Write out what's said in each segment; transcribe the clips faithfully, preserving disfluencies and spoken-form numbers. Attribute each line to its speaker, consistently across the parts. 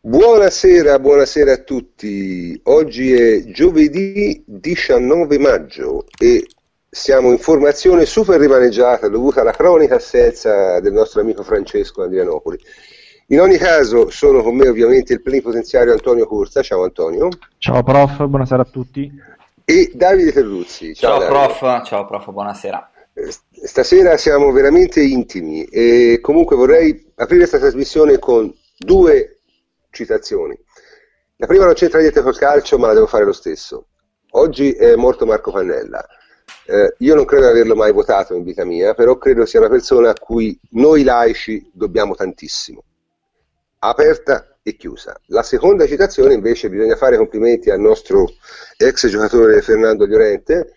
Speaker 1: Buonasera, buonasera a tutti. Oggi è giovedì diciannove maggio e siamo in formazione super rimaneggiata dovuta alla cronica assenza del nostro amico Francesco Andrianopoli. In ogni caso sono con me ovviamente il plenipotenziario Antonio Corsa. Ciao Antonio.
Speaker 2: Ciao prof, buonasera a tutti.
Speaker 1: E Davide Terruzzi. Ciao
Speaker 3: Ciao
Speaker 1: Davide.
Speaker 3: prof, ciao prof, buonasera.
Speaker 1: Eh, Stasera siamo veramente intimi e comunque vorrei aprire questa trasmissione con due citazioni. La prima non c'entra niente col calcio, ma la devo fare lo stesso. Oggi è morto Marco Pannella. Eh, io non credo di averlo mai votato in vita mia, però credo sia una persona a cui noi laici dobbiamo tantissimo. Aperta e chiusa. La seconda citazione invece bisogna fare complimenti al nostro ex giocatore Fernando Llorente,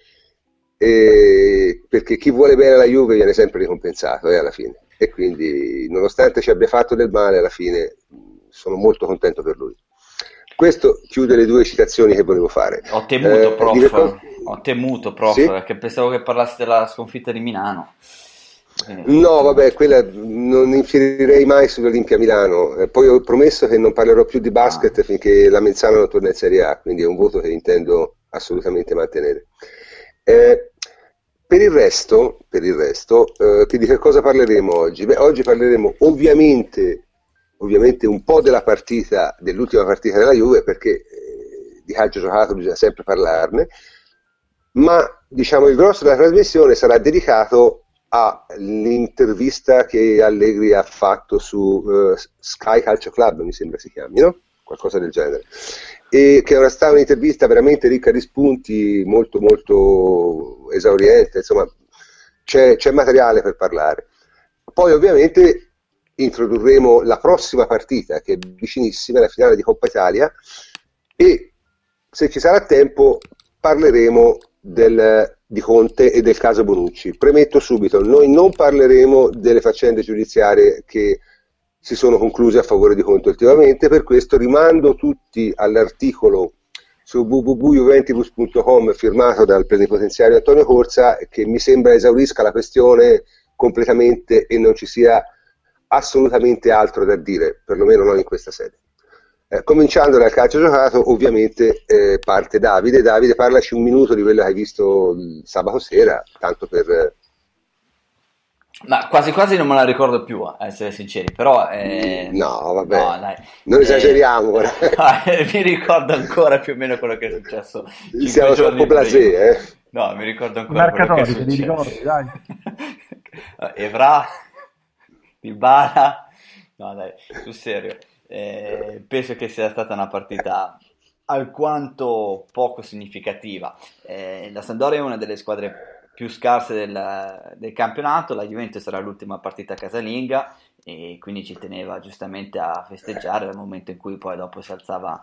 Speaker 1: eh, perché chi vuole bene alla Juve viene sempre ricompensato eh, alla fine, e quindi nonostante ci abbia fatto del male alla fine sono molto contento per lui. Questo chiude le due citazioni che volevo fare.
Speaker 3: Ho temuto
Speaker 1: Eh,
Speaker 3: prof,
Speaker 1: di che cosa-
Speaker 3: ho temuto prof,
Speaker 1: Sì?
Speaker 3: perché pensavo che parlassi della sconfitta di Milano. Quindi ho
Speaker 1: No,
Speaker 3: temuto.
Speaker 1: vabbè, quella non infierirei mai sull'Olimpia Milano. Eh, poi ho promesso che non parlerò più di basket
Speaker 3: Ah.
Speaker 1: finché la Mezzana non torna in Serie A, quindi è un voto che intendo assolutamente mantenere. Eh, per il resto, per il resto eh, che di che cosa parleremo oggi? Beh, oggi parleremo ovviamente, ovviamente un po' della partita, dell'ultima partita della Juve, perché eh, di calcio giocato bisogna sempre parlarne, ma diciamo il grosso della trasmissione sarà dedicato all'intervista che Allegri ha fatto su eh, Sky Calcio Club, mi sembra si chiami, no? Qualcosa del genere. E che era stata un'intervista veramente ricca di spunti, molto molto esauriente, insomma c'è, c'è materiale per parlare. Poi ovviamente introdurremo la prossima partita che è vicinissima, la finale di Coppa Italia, e se ci sarà tempo parleremo del, di Conte e del caso Bonucci. Premetto subito, noi non parleremo delle faccende giudiziarie che si sono concluse a favore di Conte ultimamente, per questo rimando tutti all'articolo su w w w punto juventus punto com firmato dal plenipotenziario Antonio Corsa, che mi sembra esaurisca la questione completamente e non ci sia assolutamente altro da dire, perlomeno non in questa sede. Eh, cominciando dal calcio giocato, ovviamente eh, parte Davide. Davide, parlaci un minuto di quello che hai visto il sabato sera, tanto per...
Speaker 3: Ma quasi quasi non me la ricordo più, a essere sinceri, però eh,
Speaker 1: No, vabbè,
Speaker 3: no, dai.
Speaker 1: non
Speaker 3: Eh,
Speaker 1: esageriamo. ora.
Speaker 3: mi ricordo ancora più o meno quello che è successo cinque
Speaker 1: Siamo
Speaker 3: giorni
Speaker 1: troppo
Speaker 3: prima.
Speaker 1: blasé, eh?
Speaker 3: No, mi ricordo
Speaker 2: I
Speaker 3: ancora quello che è
Speaker 2: marcatori, te li
Speaker 3: successo.
Speaker 2: ricordi, dai.
Speaker 3: Evra, Dybala, no dai, sul serio. Eh, penso che sia stata una partita alquanto poco significativa. Eh, la Sampdoria è una delle squadre più scarse del, del campionato, la Juventus sarà l'ultima partita casalinga e quindi ci teneva giustamente a festeggiare nel momento in cui poi dopo si alzava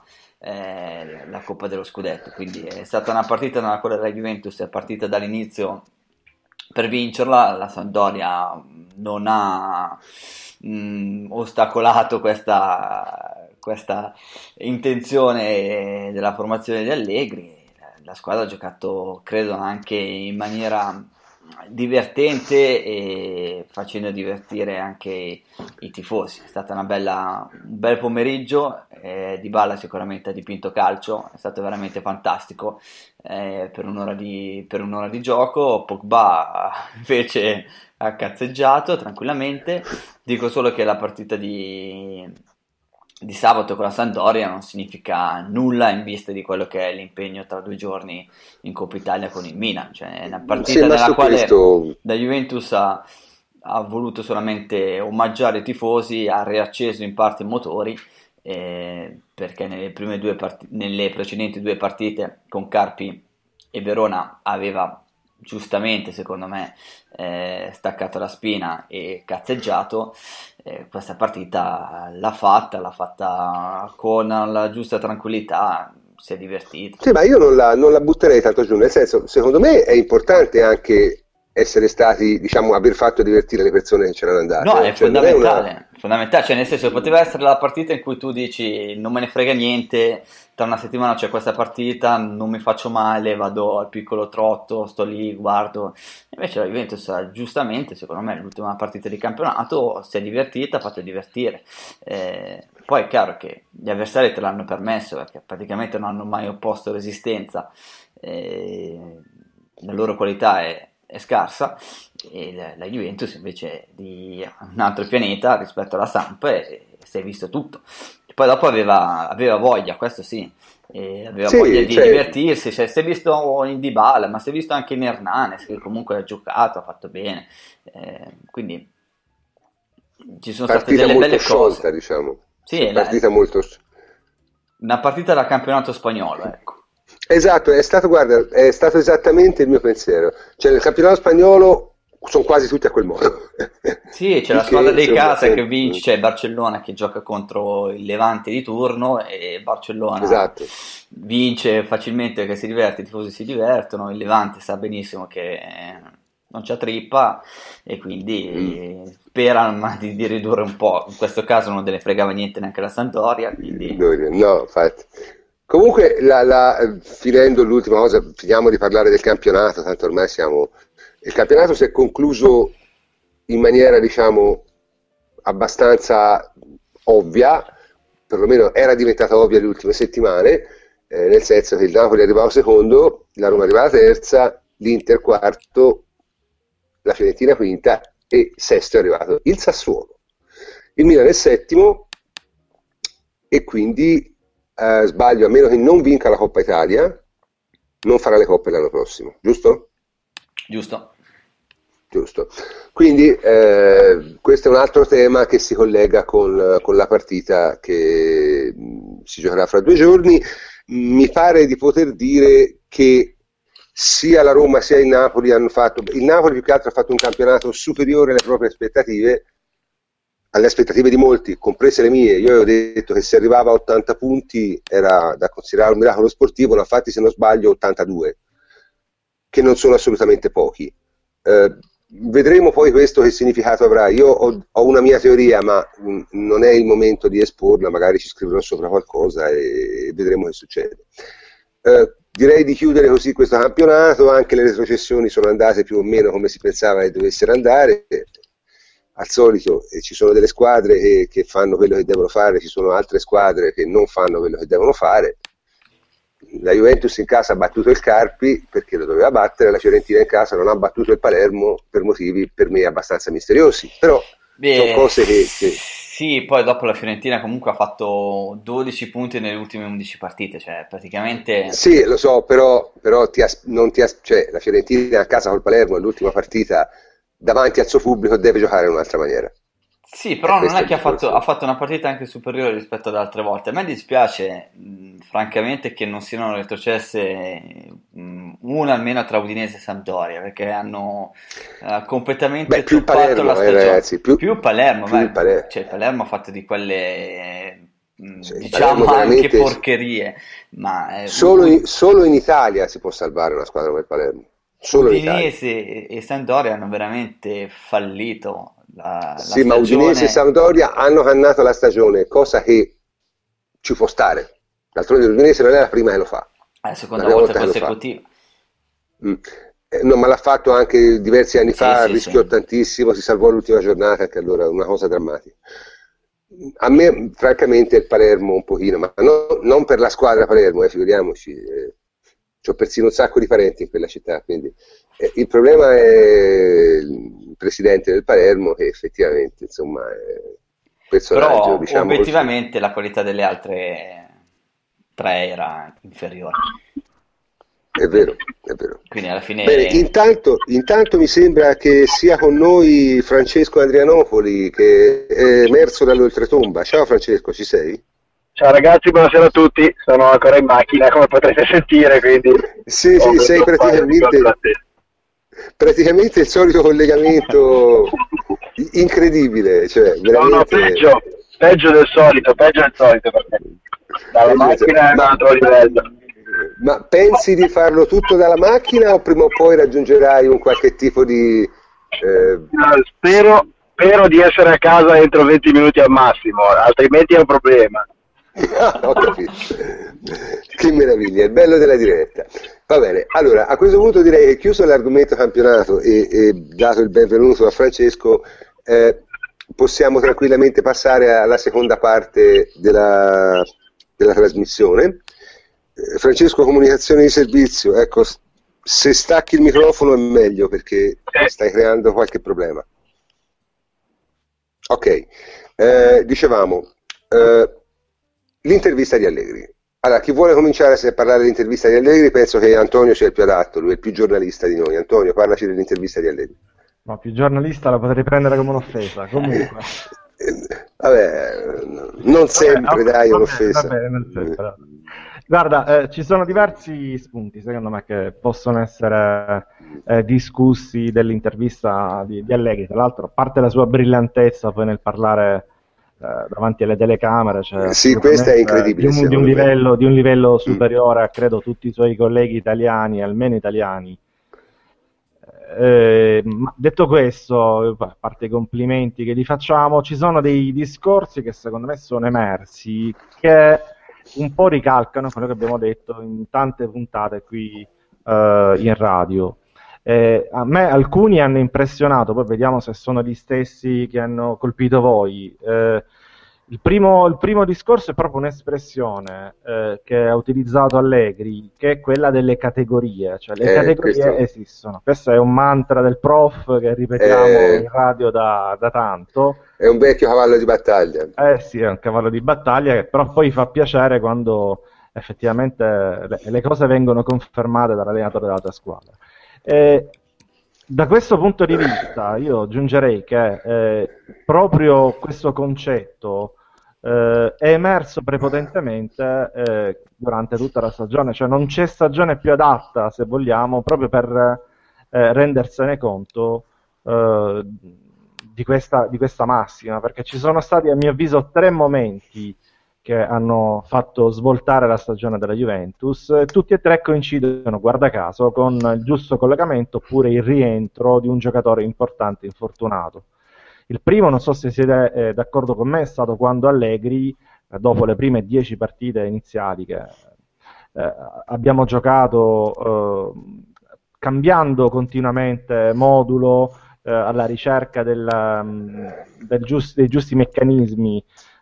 Speaker 3: eh, la Coppa dello Scudetto. Quindi è stata una partita nella quale la Juventus è partita dall'inizio per vincerla, la Sampdoria non ha mh, ostacolato questa, questa intenzione della formazione di Allegri. La squadra ha giocato, credo, anche in maniera divertente e facendo divertire anche i tifosi. È stata una bella, un bel pomeriggio, eh, Dybala sicuramente ha dipinto calcio, è stato veramente fantastico eh, per un'ora di, per un'ora di gioco. Pogba invece ha cazzeggiato tranquillamente. Dico solo che la partita di di sabato con la Sampdoria non significa nulla in vista di quello che è l'impegno tra due giorni in Coppa Italia con il Milan, cioè è una
Speaker 1: Sì,
Speaker 3: partita
Speaker 1: ma
Speaker 3: nella
Speaker 1: su
Speaker 3: quale
Speaker 1: questo...
Speaker 3: la Juventus ha, ha voluto solamente omaggiare i tifosi, ha riacceso in parte i motori eh, perché nelle prime due part- nelle precedenti due partite con Carpi e Verona aveva giustamente secondo me eh, staccato la spina e cazzeggiato. Eh, questa partita l'ha fatta, l'ha fatta con la giusta tranquillità, si è divertito.
Speaker 1: Sì, ma io non la, non la butterei tanto giù, nel senso, secondo me è importante anche essere stati, diciamo, aver fatto divertire le persone che c'erano
Speaker 3: No,
Speaker 1: andate.
Speaker 3: è
Speaker 1: Cioè, non è una...
Speaker 3: fondamentale, fondamentale, cioè nel senso poteva essere la partita in cui tu dici non me ne frega niente, tra una settimana c'è questa partita, non mi faccio male, vado al piccolo trotto, sto lì, guardo. Invece la Juventus giustamente, secondo me, l'ultima partita di campionato si è divertita, ha fatto divertire. Eh, Poi è chiaro che gli avversari te l'hanno permesso perché praticamente non hanno mai opposto resistenza, eh, la loro qualità è, è scarsa, e la, la Juventus invece è di un altro pianeta rispetto alla Samp, e si è visto tutto. Poi dopo aveva, aveva voglia, questo sì, e aveva
Speaker 1: Sì,
Speaker 3: voglia di
Speaker 1: cioè,
Speaker 3: divertirsi, cioè, si è visto in Dybala, ma si è visto anche in Hernanes, che comunque ha giocato, ha fatto bene, eh, quindi ci sono state
Speaker 1: partita
Speaker 3: delle
Speaker 1: molto
Speaker 3: belle
Speaker 1: sciolta,
Speaker 3: cose.
Speaker 1: diciamo.
Speaker 3: Sì,
Speaker 1: Sì,
Speaker 3: è la-
Speaker 1: partita molto.
Speaker 3: una partita da campionato spagnolo, ecco.
Speaker 1: Esatto, è stato, guarda, è stato esattamente il mio pensiero. Cioè, nel campionato spagnolo sono quasi tutti a quel modo.
Speaker 3: Sì, c'è
Speaker 1: Il
Speaker 3: la squadra
Speaker 1: che,
Speaker 3: di
Speaker 1: insomma,
Speaker 3: casa che
Speaker 1: eh,
Speaker 3: vince, c'è Barcellona che gioca contro il Levante di turno, e Barcellona
Speaker 1: esatto.
Speaker 3: vince facilmente perché si diverte, i tifosi si divertono, il Levante sa benissimo che non c'è trippa, e
Speaker 1: Mm.
Speaker 3: quindi spera ma di, di ridurre un po'. In questo caso non delle fregava niente neanche la Sampdoria, quindi
Speaker 1: No, infatti. Comunque, la, la- finendo l'ultima cosa, finiamo di parlare del campionato, tanto ormai siamo. Il campionato si è concluso in maniera, diciamo, abbastanza ovvia, perlomeno era diventata ovvia le ultime settimane, eh, nel senso che il Napoli arrivava secondo, la Roma arrivava terza, l'Inter quarto, la Fiorentina quinta e sesto è arrivato il Sassuolo. Il Milan è settimo e quindi, eh, sbaglio, a meno che non vinca la Coppa Italia, non farà le coppe l'anno prossimo, giusto?
Speaker 3: giusto.
Speaker 1: Giusto. Quindi eh, questo è un altro tema che si collega con, con la partita che mh, si giocherà fra due giorni. Mi pare di poter dire che sia la Roma sia il Napoli hanno fatto, il Napoli più che altro ha fatto un campionato superiore alle proprie aspettative, alle aspettative di molti, comprese le mie. Io avevo detto che se arrivava a ottanta punti era da considerare un miracolo sportivo, ne ha fatti, se non sbaglio, ottantadue, che non sono assolutamente pochi. Eh, vedremo poi questo che significato avrà. Io ho, ho una mia teoria, ma mh, non è il momento di esporla, magari ci scriverò sopra qualcosa e vedremo che succede. Eh, direi di chiudere così questo campionato. Anche le retrocessioni sono andate più o meno come si pensava che dovessero andare. Al solito eh, ci sono delle squadre che, che fanno quello che devono fare, ci sono altre squadre che non fanno quello che devono fare. La Juventus in casa ha battuto il Carpi perché lo doveva battere, la Fiorentina in casa non ha battuto il Palermo per motivi per me abbastanza misteriosi, però sono
Speaker 3: Beh,
Speaker 1: cose che, che-
Speaker 3: sì, poi dopo la Fiorentina comunque ha fatto dodici punti nelle ultime undici partite, cioè praticamente
Speaker 1: Sì, lo so, però, però ti as- non ti as- cioè, la Fiorentina a casa col Palermo l'ultima partita davanti al suo pubblico deve giocare in un'altra maniera.
Speaker 3: sì,
Speaker 1: E
Speaker 3: però non
Speaker 1: questo è
Speaker 3: è
Speaker 1: il
Speaker 3: che ha fatto, ha
Speaker 1: discorso.
Speaker 3: fatto una partita anche superiore rispetto ad altre volte. A me dispiace, mh, francamente, che non siano retrocesse, mh, una almeno tra Udinese e Sampdoria, perché hanno eh,
Speaker 1: Beh,
Speaker 3: completamente
Speaker 1: più il
Speaker 3: toppato la
Speaker 1: Palermo, eh,
Speaker 3: stagione.
Speaker 1: ragazzi, più,
Speaker 3: Più Palermo,
Speaker 1: più il
Speaker 3: ma
Speaker 1: Palermo.
Speaker 3: cioè, il Palermo ha fatto di quelle, mh,
Speaker 1: Cioè, il
Speaker 3: diciamo,
Speaker 1: Palermo
Speaker 3: anche
Speaker 1: veramente.
Speaker 3: porcherie, ma eh, U-
Speaker 1: Solo
Speaker 3: U-
Speaker 1: in, solo in Italia si può salvare una squadra come il Palermo, solo in Italia.
Speaker 3: Udinese e e Sampdoria hanno veramente fallito la, la
Speaker 1: Sì, ma Udinese e
Speaker 3: stagione.
Speaker 1: Sampdoria hanno cannato la stagione, cosa che ci può stare. D'altronde l'Udinese non è la prima che lo fa,
Speaker 3: È la
Speaker 1: la
Speaker 3: seconda
Speaker 1: prima
Speaker 3: volta
Speaker 1: volta che lo fa.
Speaker 3: consecutiva.
Speaker 1: Mm. Eh, no, ma l'ha fatto anche diversi anni
Speaker 3: Sì,
Speaker 1: fa,
Speaker 3: sì,
Speaker 1: rischiò
Speaker 3: sì.
Speaker 1: tantissimo, si salvò l'ultima giornata, anche allora una cosa drammatica. A me, francamente, il Palermo un pochino, ma no- non per la squadra Palermo, eh, figuriamoci. Eh, c'ho persino un sacco di parenti in quella città, quindi eh, il problema è il presidente del Palermo che effettivamente, insomma, è un personaggio,
Speaker 3: Però
Speaker 1: diciamo così.
Speaker 3: obiettivamente la qualità delle altre tre era inferiore.
Speaker 1: È vero, è vero.
Speaker 3: Quindi alla
Speaker 1: Bene,
Speaker 3: fine
Speaker 1: intanto, intanto mi sembra che sia con noi Francesco Andrianopoli, che è emerso dall'oltretomba. Ciao Francesco, ci sei?
Speaker 4: Ciao ragazzi, buonasera a tutti. Sono ancora in macchina, come potrete sentire, quindi
Speaker 1: Sì,
Speaker 4: ho
Speaker 1: sì,
Speaker 4: avuto
Speaker 1: sei
Speaker 4: un paio di
Speaker 1: praticamente,
Speaker 4: contrattempi.
Speaker 1: praticamente il solito collegamento incredibile, cioè
Speaker 4: No, no,
Speaker 1: veramente.
Speaker 4: peggio, peggio del solito, peggio del solito per me. Dalla
Speaker 1: Peggio di te.
Speaker 4: macchina è un
Speaker 1: Ma,
Speaker 4: altro livello.
Speaker 1: ma pensi di farlo tutto dalla macchina o prima o poi raggiungerai un qualche tipo di... eh,
Speaker 4: Eh, Spero, spero di essere a casa entro venti minuti al massimo, altrimenti è un problema.
Speaker 1: Ho capito. Che meraviglia, il bello della diretta. Va bene, allora a questo punto direi che chiuso l'argomento campionato e, e dato il benvenuto a Francesco, eh, possiamo tranquillamente passare alla seconda parte della, della trasmissione. Eh, Francesco, comunicazione di servizio, ecco, se stacchi il microfono è meglio perché stai creando qualche problema. Ok, eh, dicevamo, eh, l'intervista di Allegri. Allora, chi vuole cominciare a parlare dell'intervista di Allegri? Penso che Antonio sia il più adatto, lui è il più giornalista di noi. Antonio, parlaci dell'intervista di Allegri.
Speaker 2: No, più giornalista la potrei prendere come un'offesa, comunque.
Speaker 1: Vabbè, non sempre,
Speaker 2: vabbè,
Speaker 1: dai,
Speaker 2: va
Speaker 1: un'offesa.
Speaker 2: bene, va bene, nel senso, guarda, eh, ci sono diversi spunti, secondo me, che possono essere eh, discussi dell'intervista di, di Allegri. Tra l'altro, a parte la sua brillantezza poi nel parlare eh, davanti alle telecamere, cioè,
Speaker 1: sì, questo è incredibile.
Speaker 2: Di un, di un livello, di un livello superiore a, credo, tutti i suoi colleghi italiani, almeno italiani. Eh, ma detto questo, a parte i complimenti che gli facciamo, ci sono dei discorsi che secondo me sono emersi che un po' ricalcano quello che abbiamo detto in tante puntate qui eh, in radio. Eh, a me alcuni hanno impressionato, poi vediamo se sono gli stessi che hanno colpito voi. Eh, il, primo, il primo discorso è proprio un'espressione eh, che ha utilizzato Allegri, che è quella delle categorie, cioè le
Speaker 1: eh,
Speaker 2: categorie
Speaker 1: questo...
Speaker 2: esistono. Questo è un mantra del prof che ripetiamo eh... in radio da, da tanto.
Speaker 1: È un vecchio cavallo di battaglia.
Speaker 2: Eh sì, è un cavallo di battaglia che però poi fa piacere quando effettivamente le, le cose vengono confermate dall'allenatore della tua squadra. E da questo punto di vista io aggiungerei che eh, proprio questo concetto eh, è emerso prepotentemente eh, durante tutta la stagione, cioè non c'è stagione più adatta, se vogliamo, proprio per eh, rendersene conto eh, di questa, di questa massima, perché ci sono stati, a mio avviso, tre momenti che hanno fatto svoltare la stagione della Juventus, e tutti e tre coincidono, guarda caso, con il giusto collegamento oppure il rientro di un giocatore importante infortunato. Il primo, non so se siete eh, d'accordo con me, è stato quando Allegri, eh, dopo le prime dieci partite iniziali che eh, abbiamo giocato, eh, cambiando continuamente modulo, eh, alla ricerca del, um, del giust- dei giusti meccanismi,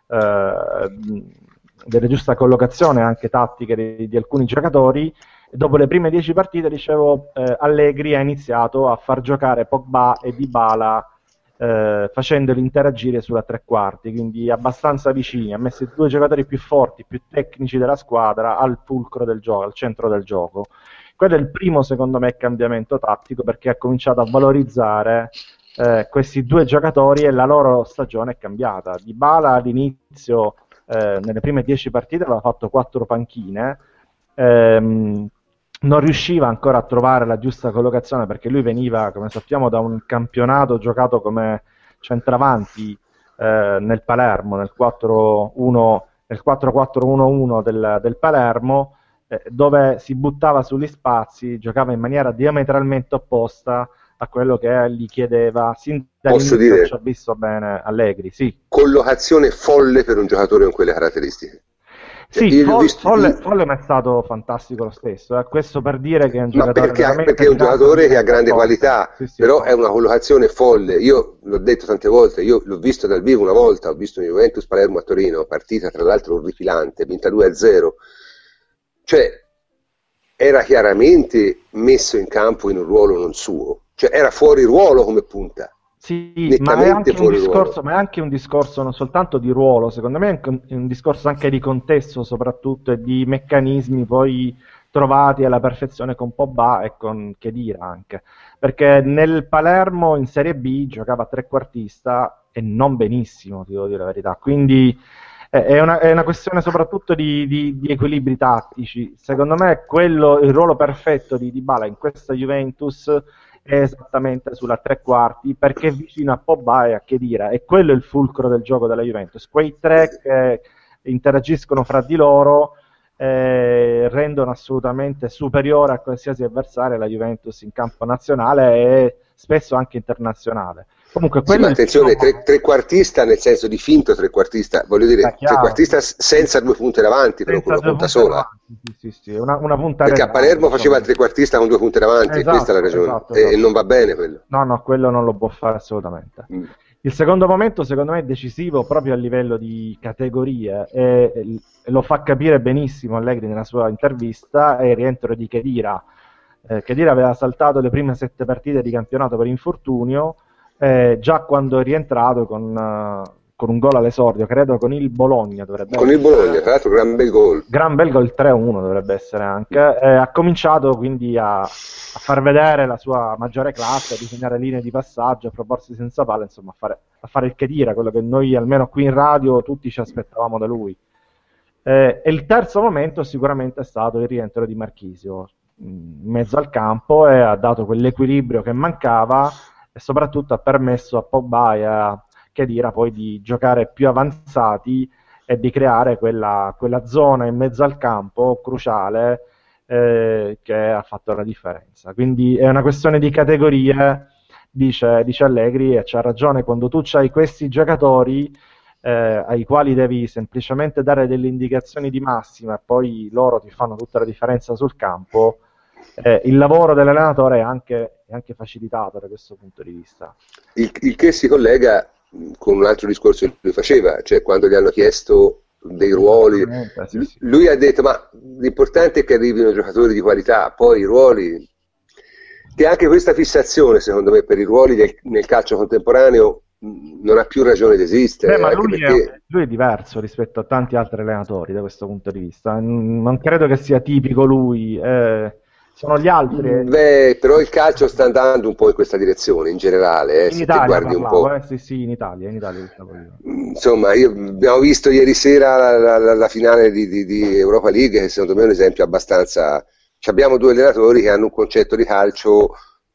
Speaker 2: Uh, della giusta collocazione anche tattiche di, di alcuni giocatori. Dopo le prime dieci partite, dicevo, eh, Allegri ha iniziato a far giocare Pogba e Dybala eh, facendoli interagire sulla tre quarti, quindi abbastanza vicini, ha messo i due giocatori più forti, più tecnici della squadra al fulcro del gioco, al centro del gioco. Quello è il primo, secondo me, cambiamento tattico, perché ha cominciato a valorizzare Eh, questi due giocatori e la loro stagione è cambiata. Dybala all'inizio, eh, nelle prime dieci partite, aveva fatto quattro panchine, ehm, non riusciva ancora a trovare la giusta collocazione perché lui veniva, come sappiamo, da un campionato giocato come centravanti eh, nel Palermo, nel quattro quattro uno uno del, del Palermo, eh, dove si buttava sugli spazi, giocava in maniera diametralmente opposta a quello che gli chiedeva sin
Speaker 1: dall'inizio. Posso dire,
Speaker 2: ci ha visto bene Allegri, sì.
Speaker 1: Collocazione folle per un giocatore con quelle caratteristiche.
Speaker 2: Sì, Folle, visto... Folle, Folle è stato fantastico lo stesso, eh. Questo per dire che è un giocatore,
Speaker 1: no, perché, perché è un giocatore che ha grande qualità, sì, sì, però è una collocazione folle. Io l'ho detto tante volte, io l'ho visto dal vivo una volta, ho visto Juventus Palermo a Torino, partita tra l'altro orripilante, vinta due a zero, cioè era chiaramente messo in campo in un ruolo non suo. Cioè era fuori ruolo come punta.
Speaker 2: Sì, ma è, anche un discorso, ma è anche un discorso non soltanto di ruolo, secondo me è un, un discorso anche di contesto soprattutto e di meccanismi poi trovati alla perfezione con Pogba e con Khedira anche. Perché nel Palermo in Serie B giocava trequartista e non benissimo, ti devo dire la verità. Quindi è una, è una questione soprattutto di, di, di equilibri tattici. Secondo me quello, il ruolo perfetto di Dybala in questa Juventus è esattamente sulla tre quarti, perché è vicino a Pogba e a Khedira, e quello è il fulcro del gioco della Juventus. Quei tre che interagiscono fra di loro eh, rendono assolutamente superiore a qualsiasi avversario la Juventus in campo nazionale e spesso anche internazionale. Comunque,
Speaker 1: sì, ma attenzione, tre, trequartista nel senso di finto trequartista, voglio dire, trequartista senza due punte davanti, però con una punta sola.
Speaker 2: Avanti, sì, sì, sì, una, una punta
Speaker 1: perché a Palermo faceva il trequartista con due punte davanti, esatto, e questa è la ragione, esatto, esatto. E, e non va bene quello.
Speaker 2: No, no, quello non lo può fare assolutamente. Mm. Il secondo momento, secondo me, è decisivo proprio a livello di categorie e, e lo fa capire benissimo Allegri nella sua intervista, è il rientro di Khedira. Eh, Khedira aveva saltato le prime sette partite di campionato per infortunio, eh, già quando è rientrato con, uh, con un gol all'esordio, credo con il Bologna dovrebbe
Speaker 1: con
Speaker 2: essere.
Speaker 1: il Bologna, tra l'altro gran bel gol.
Speaker 2: Gran bel gol, tre a uno dovrebbe essere anche. Eh, ha cominciato quindi a, a far vedere la sua maggiore classe, a disegnare linee di passaggio, a proporsi senza palla, insomma a fare, a fare il Khedira, quello che noi almeno qui in radio tutti ci aspettavamo da lui. Eh, e il terzo momento sicuramente è stato il rientro di Marchisio in mezzo al campo, e ha dato quell'equilibrio che mancava e soprattutto ha permesso a Pogba e a Khedira poi di giocare più avanzati e di creare quella, quella zona in mezzo al campo cruciale eh, che ha fatto la differenza. Quindi è una questione di categorie, dice, dice Allegri, e c'ha ragione. Quando tu hai questi giocatori eh, ai quali devi semplicemente dare delle indicazioni di massima e poi loro ti fanno tutta la differenza sul campo, eh, il lavoro dell'allenatore è anche, è anche facilitato da questo punto di vista.
Speaker 1: Il, il che si collega con un altro discorso che lui faceva, cioè quando gli hanno chiesto dei ruoli,
Speaker 2: sì, sì.
Speaker 1: lui ha detto ma l'importante è che arrivino giocatori di qualità, poi i ruoli, che anche questa fissazione secondo me per i ruoli del, nel calcio contemporaneo non ha più ragione di esistere.
Speaker 2: Beh, ma lui,
Speaker 1: perché...
Speaker 2: è, lui è diverso rispetto a tanti altri allenatori da questo punto di vista, non credo che sia tipico lui, eh, sono gli altri.
Speaker 1: Beh, però il calcio sta andando un po' in questa direzione in generale, eh,
Speaker 2: in
Speaker 1: se
Speaker 2: Italia
Speaker 1: ti guardi
Speaker 2: parlavo,
Speaker 1: un po'.
Speaker 2: Eh, sì, sì, in Italia, in Italia stavo io.
Speaker 1: Insomma, io, abbiamo visto ieri sera la, la, la finale di, di, di Europa League, che secondo me è un esempio abbastanza... Abbiamo due allenatori che hanno un concetto di calcio,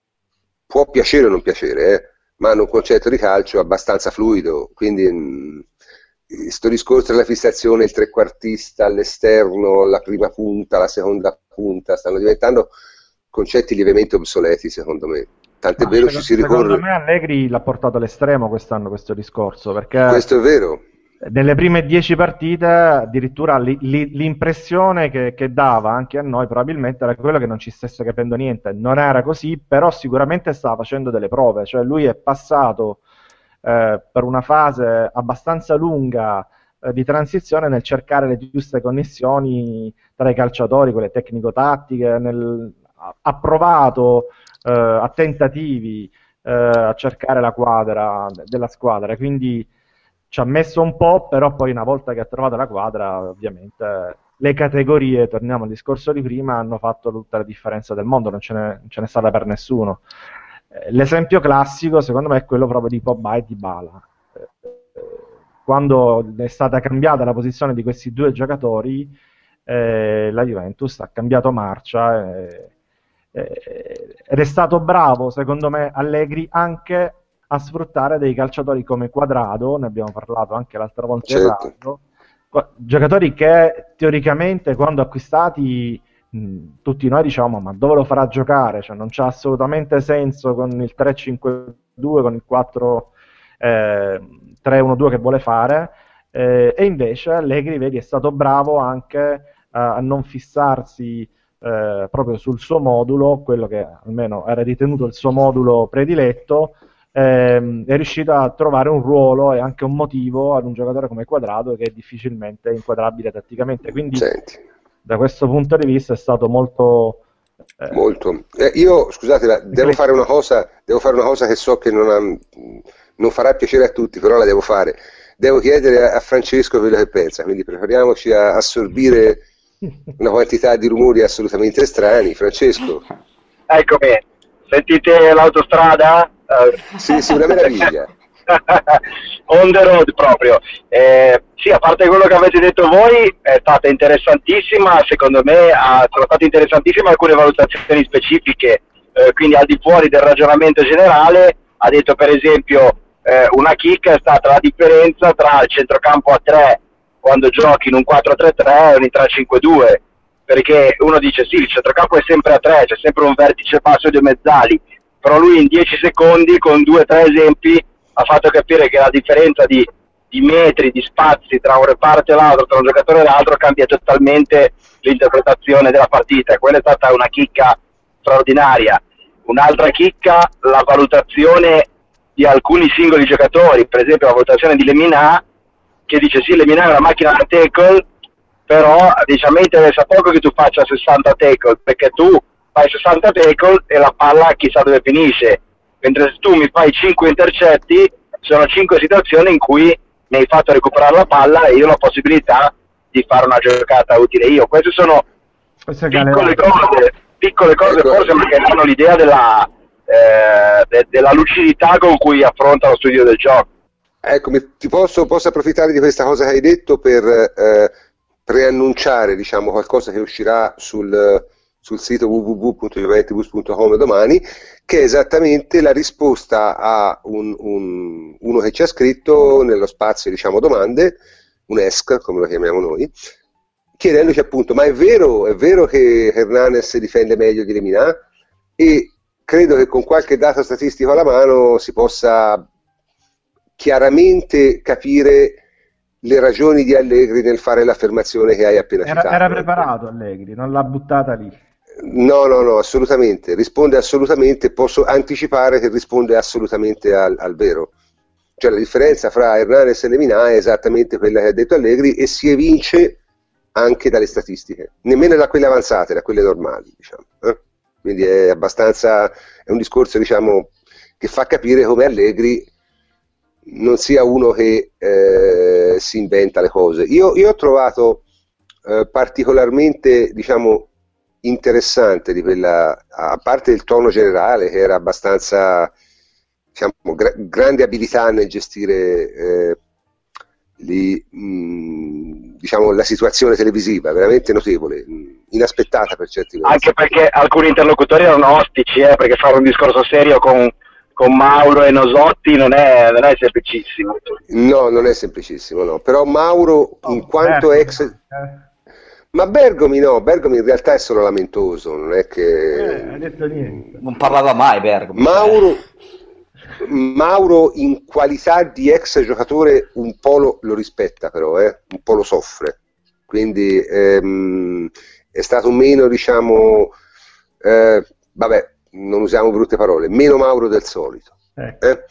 Speaker 1: può piacere o non piacere, eh, ma hanno un concetto di calcio abbastanza fluido, quindi questo discorso della fissazione, il trequartista all'esterno, la prima punta, la seconda punta, stanno diventando concetti lievemente obsoleti secondo me. Tant'è
Speaker 2: Ma
Speaker 1: vero
Speaker 2: secondo,
Speaker 1: ci si ricorre...
Speaker 2: Secondo me Allegri l'ha portato all'estremo quest'anno questo discorso, perché
Speaker 1: questo è vero.
Speaker 2: Nelle prime dieci partite addirittura li, li, l'impressione che, che dava anche a noi probabilmente era quello che non ci stesse capendo niente. Non era così, però sicuramente stava facendo delle prove, cioè lui è passato eh, per una fase abbastanza lunga eh, di transizione nel cercare le giuste connessioni tra i calciatori, quelle tecnico-tattiche, nel, ha provato eh, a tentativi eh, a cercare la quadra della squadra, quindi ci ha messo un po', però poi una volta che ha trovato la quadra, ovviamente le categorie, torniamo al discorso di prima, hanno fatto tutta la differenza del mondo, non ce n'è, non ce n'è stata per nessuno. Eh, l'esempio classico, secondo me, è quello proprio di Pogba e Dybala. Eh, quando è stata cambiata la posizione di questi due giocatori, eh, la Juventus ha cambiato marcia eh, eh, ed è stato bravo, secondo me, Allegri anche a sfruttare dei calciatori come Quadrado, ne abbiamo parlato anche l'altra volta in
Speaker 1: Certo.
Speaker 2: radio, giocatori che teoricamente quando acquistati mh, tutti noi diciamo ma dove lo farà giocare? Cioè, non c'ha assolutamente senso con il tre cinque due, con il quattro tre uno due che vuole fare, eh, e invece Allegri, vedi, è stato bravo anche a, a non fissarsi eh, proprio sul suo modulo, quello che almeno era ritenuto il suo modulo prediletto. Ehm, è riuscito a trovare un ruolo e anche un motivo ad un giocatore come Quadrado che è difficilmente inquadrabile tatticamente, quindi
Speaker 1: Senti.
Speaker 2: da questo punto di vista è stato molto eh,
Speaker 1: molto eh, io scusate devo fare una cosa devo fare una cosa che so che non, ha, non farà piacere a tutti, però la devo fare. Devo chiedere a Francesco quello che pensa, quindi prepariamoci a assorbire una quantità di rumori assolutamente strani. Francesco,
Speaker 4: eccomi, sentite l'autostrada? Uh,
Speaker 1: sì, sì, una meraviglia.
Speaker 4: On the road proprio. Eh, sì, a parte quello che avete detto voi, è stata interessantissima, secondo me ha, sono state interessantissime alcune valutazioni specifiche, eh, quindi al di fuori del ragionamento generale. Ha detto per esempio eh, una chicca è stata la differenza tra il centrocampo a tre quando giochi in un quattro tre tre e un tre cinque due, perché uno dice sì, il centrocampo è sempre a tre, c'è sempre un vertice basso e due mezzali, però lui in dieci secondi con due o tre esempi ha fatto capire che la differenza di, di metri, di spazi tra un reparto e l'altro, tra un giocatore e l'altro, cambia totalmente l'interpretazione della partita. Quella è stata una chicca straordinaria. Un'altra chicca, la valutazione di alcuni singoli giocatori, per esempio la valutazione di Lemina, che dice sì, Lemina è una macchina da tackle, però diciamo mi interessa poco che tu faccia sessanta tackle, perché tu fai sessanta tackle e la palla chissà dove finisce, mentre se tu mi fai cinque intercetti, sono cinque situazioni in cui mi hai fatto recuperare la palla e io ho la possibilità di fare una giocata utile io. Queste sono piccole cose, piccole cose
Speaker 1: ecco.
Speaker 4: Forse perché hanno l'idea della, eh, de, della lucidità con cui affronta lo studio del gioco.
Speaker 1: Ecco, mi, ti posso, posso approfittare di questa cosa che hai detto per eh, preannunciare, diciamo, qualcosa che uscirà sul, sul sito w w w punto juventus punto com domani, che è esattamente la risposta a un, un, uno che ci ha scritto nello spazio, diciamo, domande, un E S C, come lo chiamiamo noi, chiedendoci appunto, ma è vero, è vero che Hernanes difende meglio di Lemina? E credo che con qualche dato statistico alla mano si possa chiaramente capire le ragioni di Allegri nel fare l'affermazione che hai appena
Speaker 2: era,
Speaker 1: citato.
Speaker 2: Era preparato Allegri, non l'ha buttata lì.
Speaker 1: No, no, no, assolutamente, risponde assolutamente, posso anticipare che risponde assolutamente al, al vero. Cioè la differenza fra Hernanes e Lemina è esattamente quella che ha detto Allegri e si evince anche dalle statistiche, nemmeno da quelle avanzate, da quelle normali, diciamo. Eh? Quindi è abbastanza, è un discorso, diciamo, che fa capire come Allegri non sia uno che eh, si inventa le cose. Io, io ho trovato eh, particolarmente, diciamo, interessante di quella, a parte il tono generale che era abbastanza, diciamo, gra- grande abilità nel gestire eh, li, mh, diciamo, la situazione televisiva, veramente notevole, mh, inaspettata per certi versi.
Speaker 4: Anche perché alcuni interlocutori erano ostici, eh, perché fare un discorso serio con, con Mauro e Nosotti non è, non è semplicissimo.
Speaker 1: No, non è semplicissimo, no. Però Mauro,
Speaker 2: Oh,
Speaker 1: in quanto
Speaker 2: Bergomi,
Speaker 1: ex...
Speaker 2: eh.
Speaker 1: Ma Bergomi no, Bergomi in realtà è solo lamentoso, non è che...
Speaker 2: Eh, hai detto niente.
Speaker 3: Non parlava mai Bergomi.
Speaker 1: Mauro, Mauro in qualità di ex giocatore un po' lo, lo rispetta però, eh? Un po' lo soffre, quindi ehm, è stato meno, diciamo, eh, vabbè, non usiamo brutte parole, meno Mauro del solito.
Speaker 2: Ecco.
Speaker 1: Eh?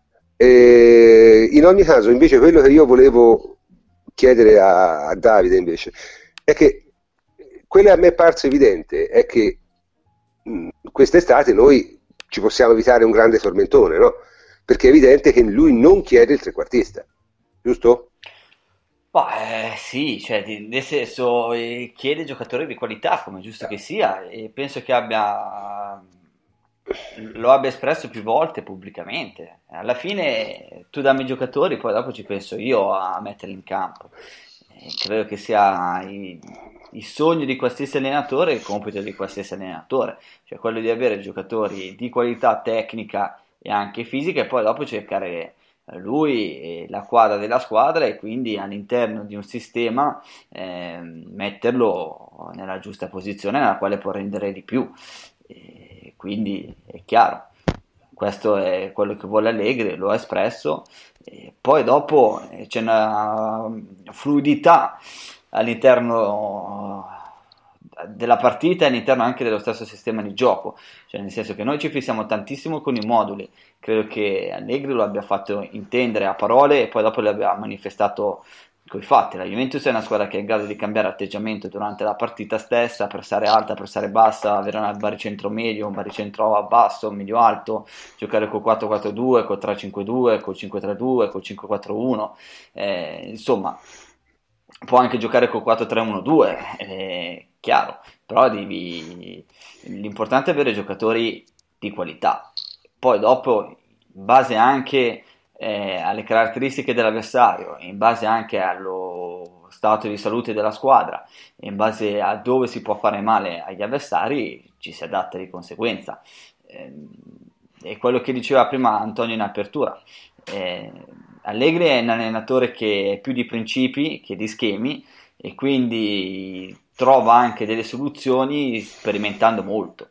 Speaker 1: E in ogni caso, invece, quello che io volevo chiedere a, a Davide invece è che quello che a me è parso evidente è che mh, quest'estate noi ci possiamo evitare un grande tormentone, no? Perché è evidente che lui non chiede il trequartista, giusto?
Speaker 3: Beh, eh, sì, cioè, di- nel senso, eh, chiede giocatori di qualità, come è giusto che sia, e penso che abbia, lo abbia espresso più volte pubblicamente. Alla fine tu dammi i giocatori, poi dopo ci penso io a metterli in campo. E credo che sia i- il sogno di qualsiasi allenatore, il compito di qualsiasi allenatore, cioè quello di avere giocatori di qualità tecnica e anche fisica e poi dopo cercare eh, lui e la quadra della squadra e quindi all'interno di un sistema eh, metterlo nella giusta posizione nella quale può rendere di più. E quindi è chiaro, questo è quello che vuole Allegri, lo ha espresso. E poi dopo eh, c'è una fluidità all'interno della partita e all'interno anche dello stesso sistema di gioco, cioè nel senso che noi ci fissiamo tantissimo con i moduli, credo che Allegri lo abbia fatto intendere a parole e poi dopo lo abbia manifestato coi fatti. La Juventus è una squadra che è in grado di cambiare atteggiamento durante la partita stessa, pressare alta, pressare bassa, avere un baricentro medio, un baricentro basso, medio alto, giocare col quattro quattro due, col tre cinque due, col cinque tre due, col cinque quattro uno, eh, insomma può anche giocare col quattro tre uno due, è chiaro, però devi... l'importante è avere giocatori di qualità. Poi dopo, in base anche eh, alle caratteristiche dell'avversario, in base anche allo stato di salute della squadra, in base a dove si può fare male agli avversari, ci si adatta di conseguenza. Eh, è quello che diceva prima Antonio in apertura. Eh, Allegri è un allenatore che è più di principi che di schemi e quindi trova anche delle soluzioni sperimentando molto.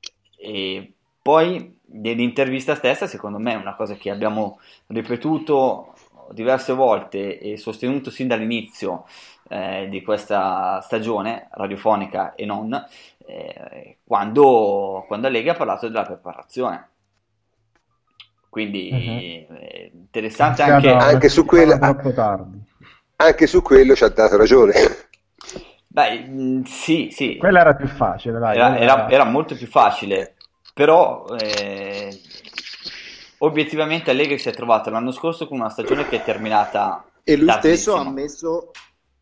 Speaker 3: E poi nell'intervista stessa, secondo me, è una cosa che abbiamo ripetuto diverse volte e sostenuto sin dall'inizio eh, di questa stagione radiofonica e non, eh, quando, quando Allegri ha parlato della preparazione. quindi
Speaker 2: Mhm.
Speaker 3: eh, interessante
Speaker 2: Iniziato
Speaker 3: anche...
Speaker 2: una
Speaker 1: Anche su
Speaker 2: settimana
Speaker 1: quella,
Speaker 2: troppo tardi.
Speaker 1: anche su quello ci ha dato ragione.
Speaker 3: Beh, mh, sì, sì,
Speaker 2: Quella era più facile, dai,
Speaker 3: era,
Speaker 2: quella
Speaker 3: era-
Speaker 2: era...
Speaker 3: era molto più facile, però eh, obiettivamente Allegri si è trovato l'anno scorso con una stagione che è terminata
Speaker 5: E lui stesso ha
Speaker 3: tardissimo.
Speaker 5: ammesso,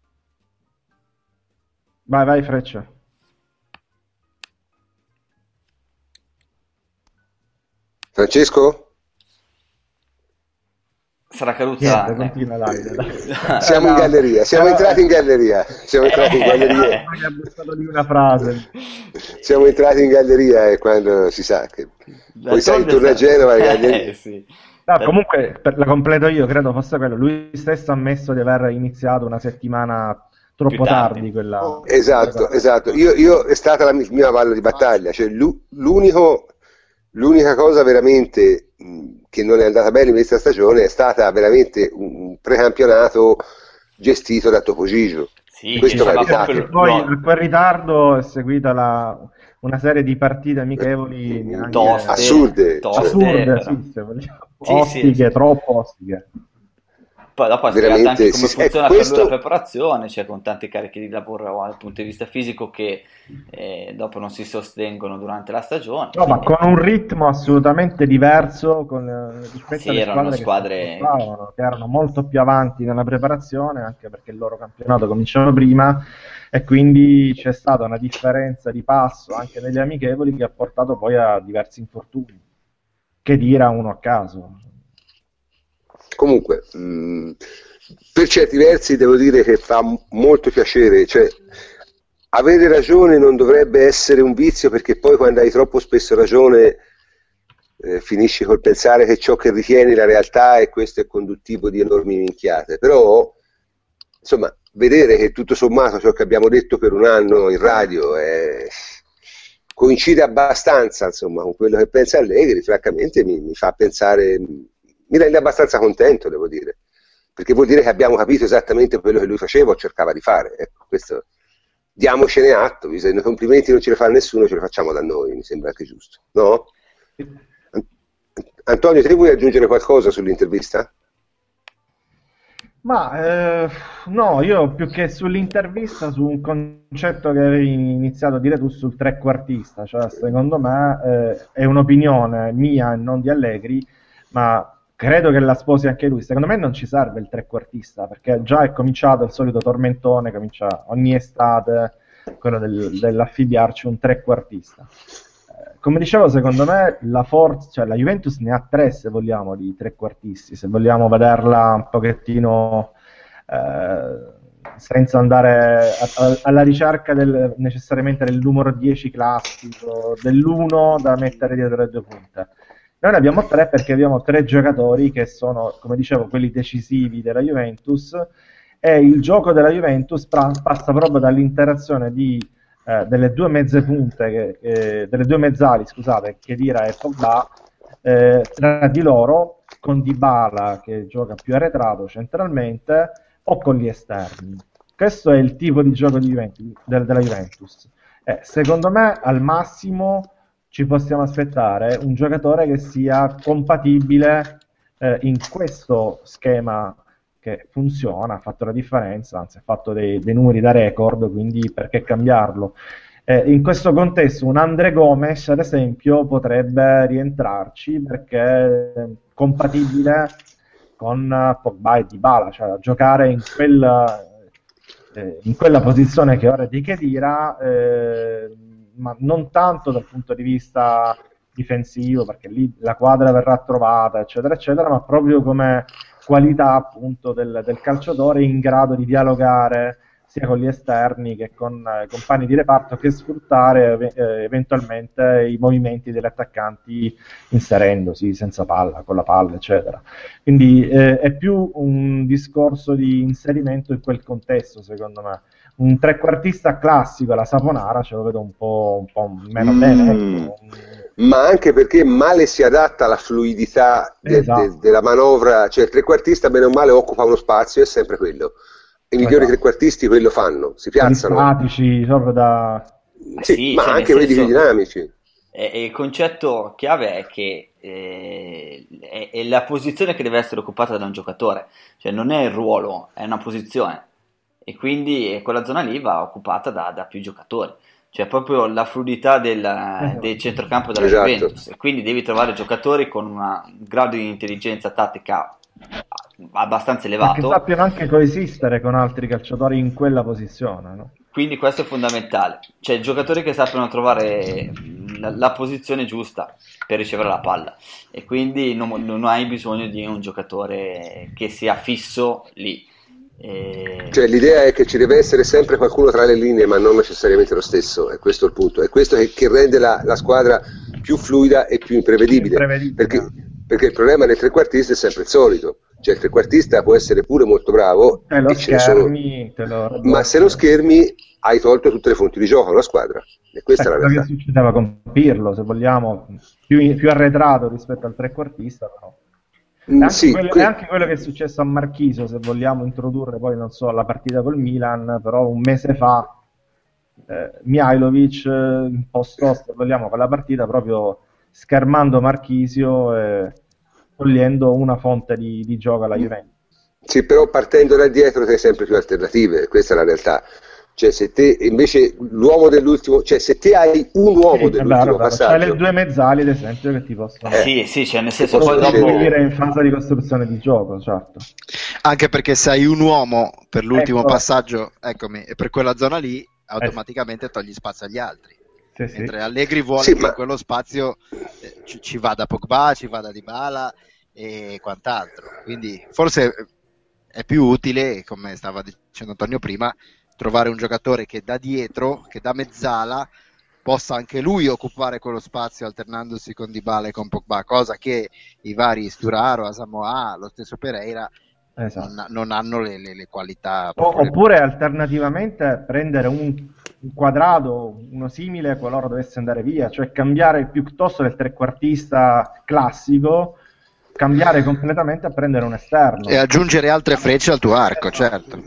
Speaker 2: Vai, vai, Freccia.
Speaker 1: Francesco?
Speaker 3: Sarà caduta...
Speaker 2: Niente,
Speaker 3: ecco.
Speaker 2: continua Davide, dai.
Speaker 1: Siamo in
Speaker 2: No,
Speaker 1: galleria, siamo
Speaker 2: no,
Speaker 1: entrati in galleria, siamo entrati in galleria,
Speaker 2: mi ha buttato lì una frase.
Speaker 1: siamo entrati in galleria e quando si sa che poi sai,
Speaker 3: D'altronde
Speaker 1: intorno a
Speaker 3: sa-
Speaker 1: Genova le
Speaker 3: Eh,
Speaker 1: gallerie.
Speaker 3: sì.
Speaker 2: No, comunque, per- la completo io, credo fosse quello. Lui stesso ha ammesso di aver iniziato una settimana troppo
Speaker 3: Più tardi.
Speaker 2: tardi quella...
Speaker 5: Oh,
Speaker 1: Esatto, esatto. Io, io- è stata la mi- mia valle di battaglia, cioè l'u- l'unico, l'unica cosa veramente mh, che non è andata bene in questa stagione è stata veramente un un precampionato gestito da Topo Gigio.
Speaker 3: Sì, che
Speaker 1: Questo va
Speaker 3: sembra
Speaker 1: evitato.
Speaker 3: proprio
Speaker 2: E poi
Speaker 3: lo-
Speaker 2: a quel ritardo è seguita la- una serie di partite amichevoli neanche
Speaker 3: toste,
Speaker 1: Assurde,
Speaker 3: toste,
Speaker 2: assurde,
Speaker 3: però.
Speaker 2: sì, se vogliamo.
Speaker 3: Sì, sì,
Speaker 2: Ostiche,
Speaker 3: sì.
Speaker 2: troppo ostiche.
Speaker 3: Poi dopo ha spiegato
Speaker 1: Veramente,
Speaker 3: anche come
Speaker 1: sì,
Speaker 3: funziona
Speaker 1: ecco,
Speaker 3: per lui la
Speaker 1: questo-
Speaker 3: preparazione, cioè con tanti carichi di lavoro dal punto di vista fisico che eh, dopo non si sostengono durante la stagione.
Speaker 2: No, ma
Speaker 3: quindi-
Speaker 2: con un ritmo assolutamente diverso con, eh, rispetto
Speaker 3: Sì,
Speaker 2: alle
Speaker 3: erano
Speaker 2: squadre, che
Speaker 3: squadre-
Speaker 2: si ascoltavano, che erano molto più avanti nella preparazione, anche perché il loro campionato cominciava prima, e quindi c'è stata una differenza di passo anche negli amichevoli che ha portato poi a diversi infortuni. Che dire uno a caso.
Speaker 1: Comunque, mh, per certi versi devo dire che fa m- molto piacere, cioè avere ragione non dovrebbe essere un vizio, perché poi quando hai troppo spesso ragione eh, finisci col pensare che ciò che ritieni la realtà e questo è conduttivo di enormi minchiate. Però insomma, vedere che tutto sommato ciò che abbiamo detto per un anno in radio è- coincide abbastanza, insomma, con quello che pensa Allegri, francamente mi, mi fa pensare, mi rende abbastanza contento, devo dire, perché vuol dire che abbiamo capito esattamente quello che lui faceva o cercava di fare. Ecco, questo, diamocene atto, se i complimenti non ce li fa nessuno, ce li facciamo da noi, mi sembra anche giusto, no? An- Antonio, te vuoi aggiungere qualcosa sull'intervista?
Speaker 2: Ma eh, no, io più che sull'intervista, su un concetto che avevi iniziato a dire tu sul trequartista, cioè secondo me eh, è un'opinione mia e non di Allegri, ma credo che la sposi anche lui. Secondo me non ci serve il trequartista, perché già è cominciato il solito tormentone, comincia ogni estate quello del, dell'affibbiarci un trequartista. Come dicevo, secondo me la forza, cioè la Juventus ne ha tre, se vogliamo, di trequartisti, se vogliamo vederla un pochettino eh, senza andare a- a- alla ricerca del, necessariamente del numero dieci classico, dell'uno da mettere dietro le due punte. Noi ne abbiamo tre perché abbiamo tre giocatori che sono, come dicevo, quelli decisivi della Juventus, e il gioco della Juventus pra- passa proprio dall'interazione di eh, delle due mezze punte, che, eh, delle due mezzali, scusate, Khedira e Pogba, eh, tra di loro, con Dybala che gioca più arretrato centralmente o con gli esterni. Questo è il tipo di gioco di Juventus, del- della Juventus. Eh, secondo me, al massimo ci possiamo aspettare un giocatore che sia compatibile eh, in questo schema che funziona, ha fatto la differenza, anzi ha fatto dei, dei numeri da record, quindi perché cambiarlo? Eh, in questo contesto un André Gomes, ad esempio, potrebbe rientrarci perché è compatibile con eh, Pogba e Dybala, cioè a giocare in quella, eh, in quella posizione che ora di Khedira, eh, ma non tanto dal punto di vista difensivo, perché lì la quadra verrà trovata, eccetera, eccetera, ma proprio come qualità appunto del, del calciatore in grado di dialogare sia con gli esterni che con eh, i compagni di reparto, che sfruttare eh, eventualmente i movimenti degli attaccanti inserendosi senza palla, con la palla, eccetera. Quindi eh, è più un discorso di inserimento in quel contesto, secondo me. Un trequartista classico alla Saponara ce lo vedo un po', un po' meno
Speaker 1: Mm.
Speaker 2: bene, ecco.
Speaker 1: Ma anche perché male si adatta alla fluidità de-
Speaker 2: Esatto.
Speaker 1: de- della manovra, cioè il trequartista bene o male occupa uno spazio, è sempre quello. I migliori
Speaker 2: Esatto.
Speaker 1: trequartisti quello fanno, si
Speaker 2: Quelli
Speaker 1: piazzano.
Speaker 2: statici, proprio da...
Speaker 1: Sì,
Speaker 3: Sì,
Speaker 1: ma
Speaker 3: cioè, nel
Speaker 1: anche quelli
Speaker 3: senso-
Speaker 1: più dinamici.
Speaker 3: E, e il concetto chiave è che eh, è, è la posizione che deve essere occupata da un giocatore, cioè non è il ruolo, è una posizione, e quindi quella zona lì va occupata da, da più giocatori, cioè proprio la fluidità del, del centrocampo della
Speaker 1: Esatto.
Speaker 3: Juventus, e quindi devi trovare giocatori con una- un grado di intelligenza tattica abbastanza
Speaker 2: Ma che
Speaker 3: elevato.
Speaker 2: sappiano anche coesistere con altri calciatori in quella posizione, no?
Speaker 3: Quindi questo è fondamentale, cioè giocatori che sappiano trovare la, la posizione giusta per ricevere la palla, e quindi non, non hai bisogno di un giocatore che sia fisso lì. E-
Speaker 1: Cioè l'idea è che ci deve essere sempre qualcuno tra le linee, ma non necessariamente lo stesso, è questo il punto, è questo che, che rende la, la squadra più fluida e più imprevedibile,
Speaker 2: Imprevedibile.
Speaker 1: perché, perché il problema del trequartista è sempre il solito, cioè il trequartista può essere pure molto bravo,
Speaker 2: Te lo
Speaker 1: e ce ne sono-
Speaker 2: schermi, te lo...
Speaker 1: ma se lo schermi hai tolto tutte le fonti di gioco alla squadra, e questa
Speaker 2: Eh,
Speaker 1: è la
Speaker 2: quello che
Speaker 1: realtà.
Speaker 2: succedeva con Pirlo, se vogliamo, più, più arretrato rispetto al trequartista, però. È
Speaker 1: Mm,
Speaker 2: anche,
Speaker 1: sì,
Speaker 2: quello,
Speaker 1: que-
Speaker 2: è anche quello che è successo a Marchisio, se vogliamo introdurre poi, non so, la partita col Milan, però un mese fa eh, Mihajlovic eh, impostò, se vogliamo, quella partita proprio schermando Marchisio e togliendo una fonte di, di gioco alla Juventus.
Speaker 1: Sì, però partendo da dietro sei sempre più alternative, questa è la realtà. Cioè se te invece l'uomo dell'ultimo, cioè se te hai un uomo
Speaker 2: Sì, è
Speaker 1: dell'ultimo
Speaker 2: vero, è vero. C'hai
Speaker 1: passaggio,
Speaker 2: le due mezzali, ad esempio, che ti possono
Speaker 1: Eh.
Speaker 3: Sì, sì, cioè nel senso poi
Speaker 1: Possono
Speaker 3: dopo...
Speaker 2: costruire in fase di costruzione di gioco, certo.
Speaker 5: Anche perché se hai un uomo per l'ultimo
Speaker 2: Ecco.
Speaker 5: passaggio, eccomi, e per quella zona lì, automaticamente togli spazio agli altri.
Speaker 2: Sì, sì.
Speaker 5: Mentre Allegri vuole
Speaker 1: Sì,
Speaker 5: che
Speaker 1: ma-
Speaker 5: in quello spazio eh, ci, ci vada Pogba, ci vada Dybala e quant'altro. Quindi forse è più utile, come stava dicendo Antonio prima, trovare un giocatore che da dietro, che da mezzala, possa anche lui occupare quello spazio alternandosi con Dybala e con Pogba, cosa che i vari Sturaro, Asamoah, lo stesso Pereira
Speaker 2: Esatto.
Speaker 5: non, non hanno le, le- le qualità.
Speaker 2: O-
Speaker 5: proprio le-
Speaker 2: oppure alternativamente prendere un, un quadrato, uno simile qualora dovesse andare via, cioè cambiare piuttosto del trequartista classico, cambiare completamente a prendere un esterno.
Speaker 5: E aggiungere altre frecce al tuo arco, certo.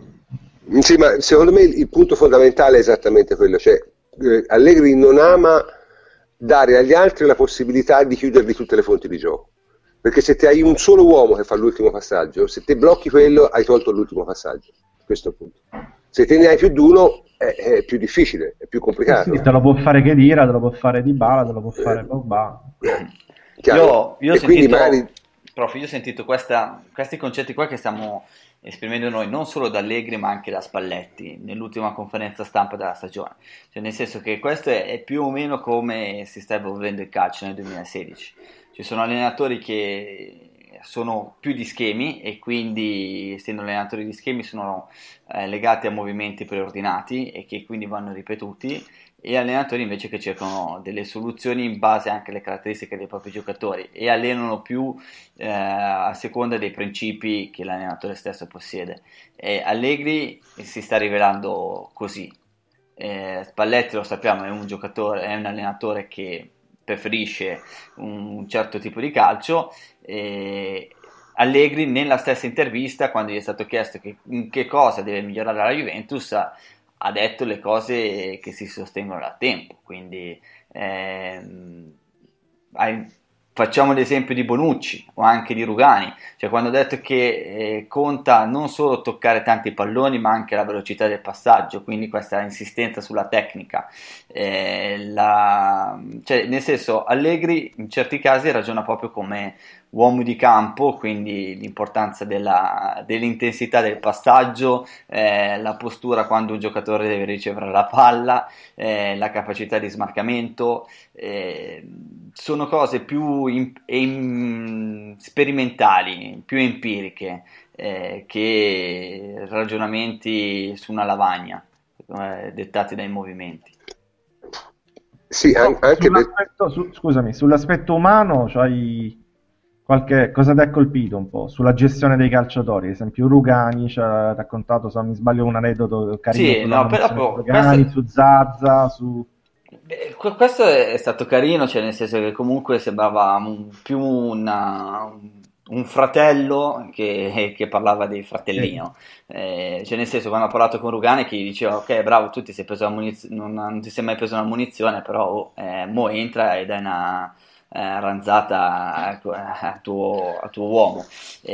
Speaker 1: Sì, ma secondo me il, il punto fondamentale è esattamente quello, cioè eh, Allegri non ama dare agli altri la possibilità di chiudergli tutte le fonti di gioco, perché se te hai un solo uomo che fa l'ultimo passaggio, se te blocchi quello hai tolto l'ultimo passaggio, questo è il punto. Se te ne hai più di uno è, è più difficile, è più complicato.
Speaker 2: Sì, te lo può fare Khedira, te lo può fare Dybala, te lo può fare Pogba.
Speaker 1: Chiaro?
Speaker 3: Io, io ho
Speaker 1: E quindi
Speaker 3: sentito,
Speaker 1: magari
Speaker 3: prof, io ho sentito questa- questi concetti qua che stiamo esprimendo noi, non solo da Allegri ma anche da Spalletti nell'ultima conferenza stampa della stagione, cioè nel senso che questo è, è più o meno come si sta evolvendo il calcio nel duemilasedici. Ci sono allenatori che sono più di schemi, e quindi essendo allenatori di schemi sono eh, legati a movimenti preordinati e che quindi vanno ripetuti, e allenatori invece che cercano delle soluzioni in base anche alle caratteristiche dei propri giocatori e allenano più eh, a seconda dei principi che l'allenatore stesso possiede. E Allegri si sta rivelando così. Eh, Spalletti, lo sappiamo, è un giocatore, è un allenatore che preferisce un certo tipo di calcio. E Allegri nella stessa intervista, quando gli è stato chiesto che, in che cosa deve migliorare la Juventus, ha detto le cose che si sostengono da tempo, quindi ehm, hai- facciamo l'esempio di Bonucci o anche di Rugani, cioè quando ha detto che eh, conta non solo toccare tanti palloni ma anche la velocità del passaggio, quindi questa insistenza sulla tecnica, eh, la- cioè, nel senso Allegri in certi casi ragiona proprio come uomo di campo, quindi l'importanza della- dell'intensità del passaggio, eh, la postura quando un giocatore deve ricevere la palla, eh, la capacità di smarcamento, eh, sono cose più im- em- sperimentali, più empiriche, eh, che ragionamenti su una lavagna, eh, dettati dai movimenti.
Speaker 1: sì, an- anche per,
Speaker 2: Sull'aspetto, su- scusami, sull'aspetto umano c'hai qualche cosa ti ha colpito un po' sulla gestione dei calciatori, ad esempio Rugani ci ha raccontato, se non mi sbaglio, un aneddoto carino
Speaker 3: Sì,
Speaker 2: sulla
Speaker 3: no, però
Speaker 2: promozione di
Speaker 3: proprio
Speaker 2: Rugani,
Speaker 3: questo-
Speaker 2: su Zaza, su...
Speaker 3: Beh, que- questo è stato carino, cioè nel senso che comunque sembrava un- più una, un fratello che, che parlava di fratellino, eh, cioè nel senso, quando ha parlato con Rugani che gli diceva ok bravo, tu ti sei preso la munizione, non, non ti sei mai preso una munizione, però oh, eh, mo entra ed è una eh, ranzata a tuo, a tuo uomo.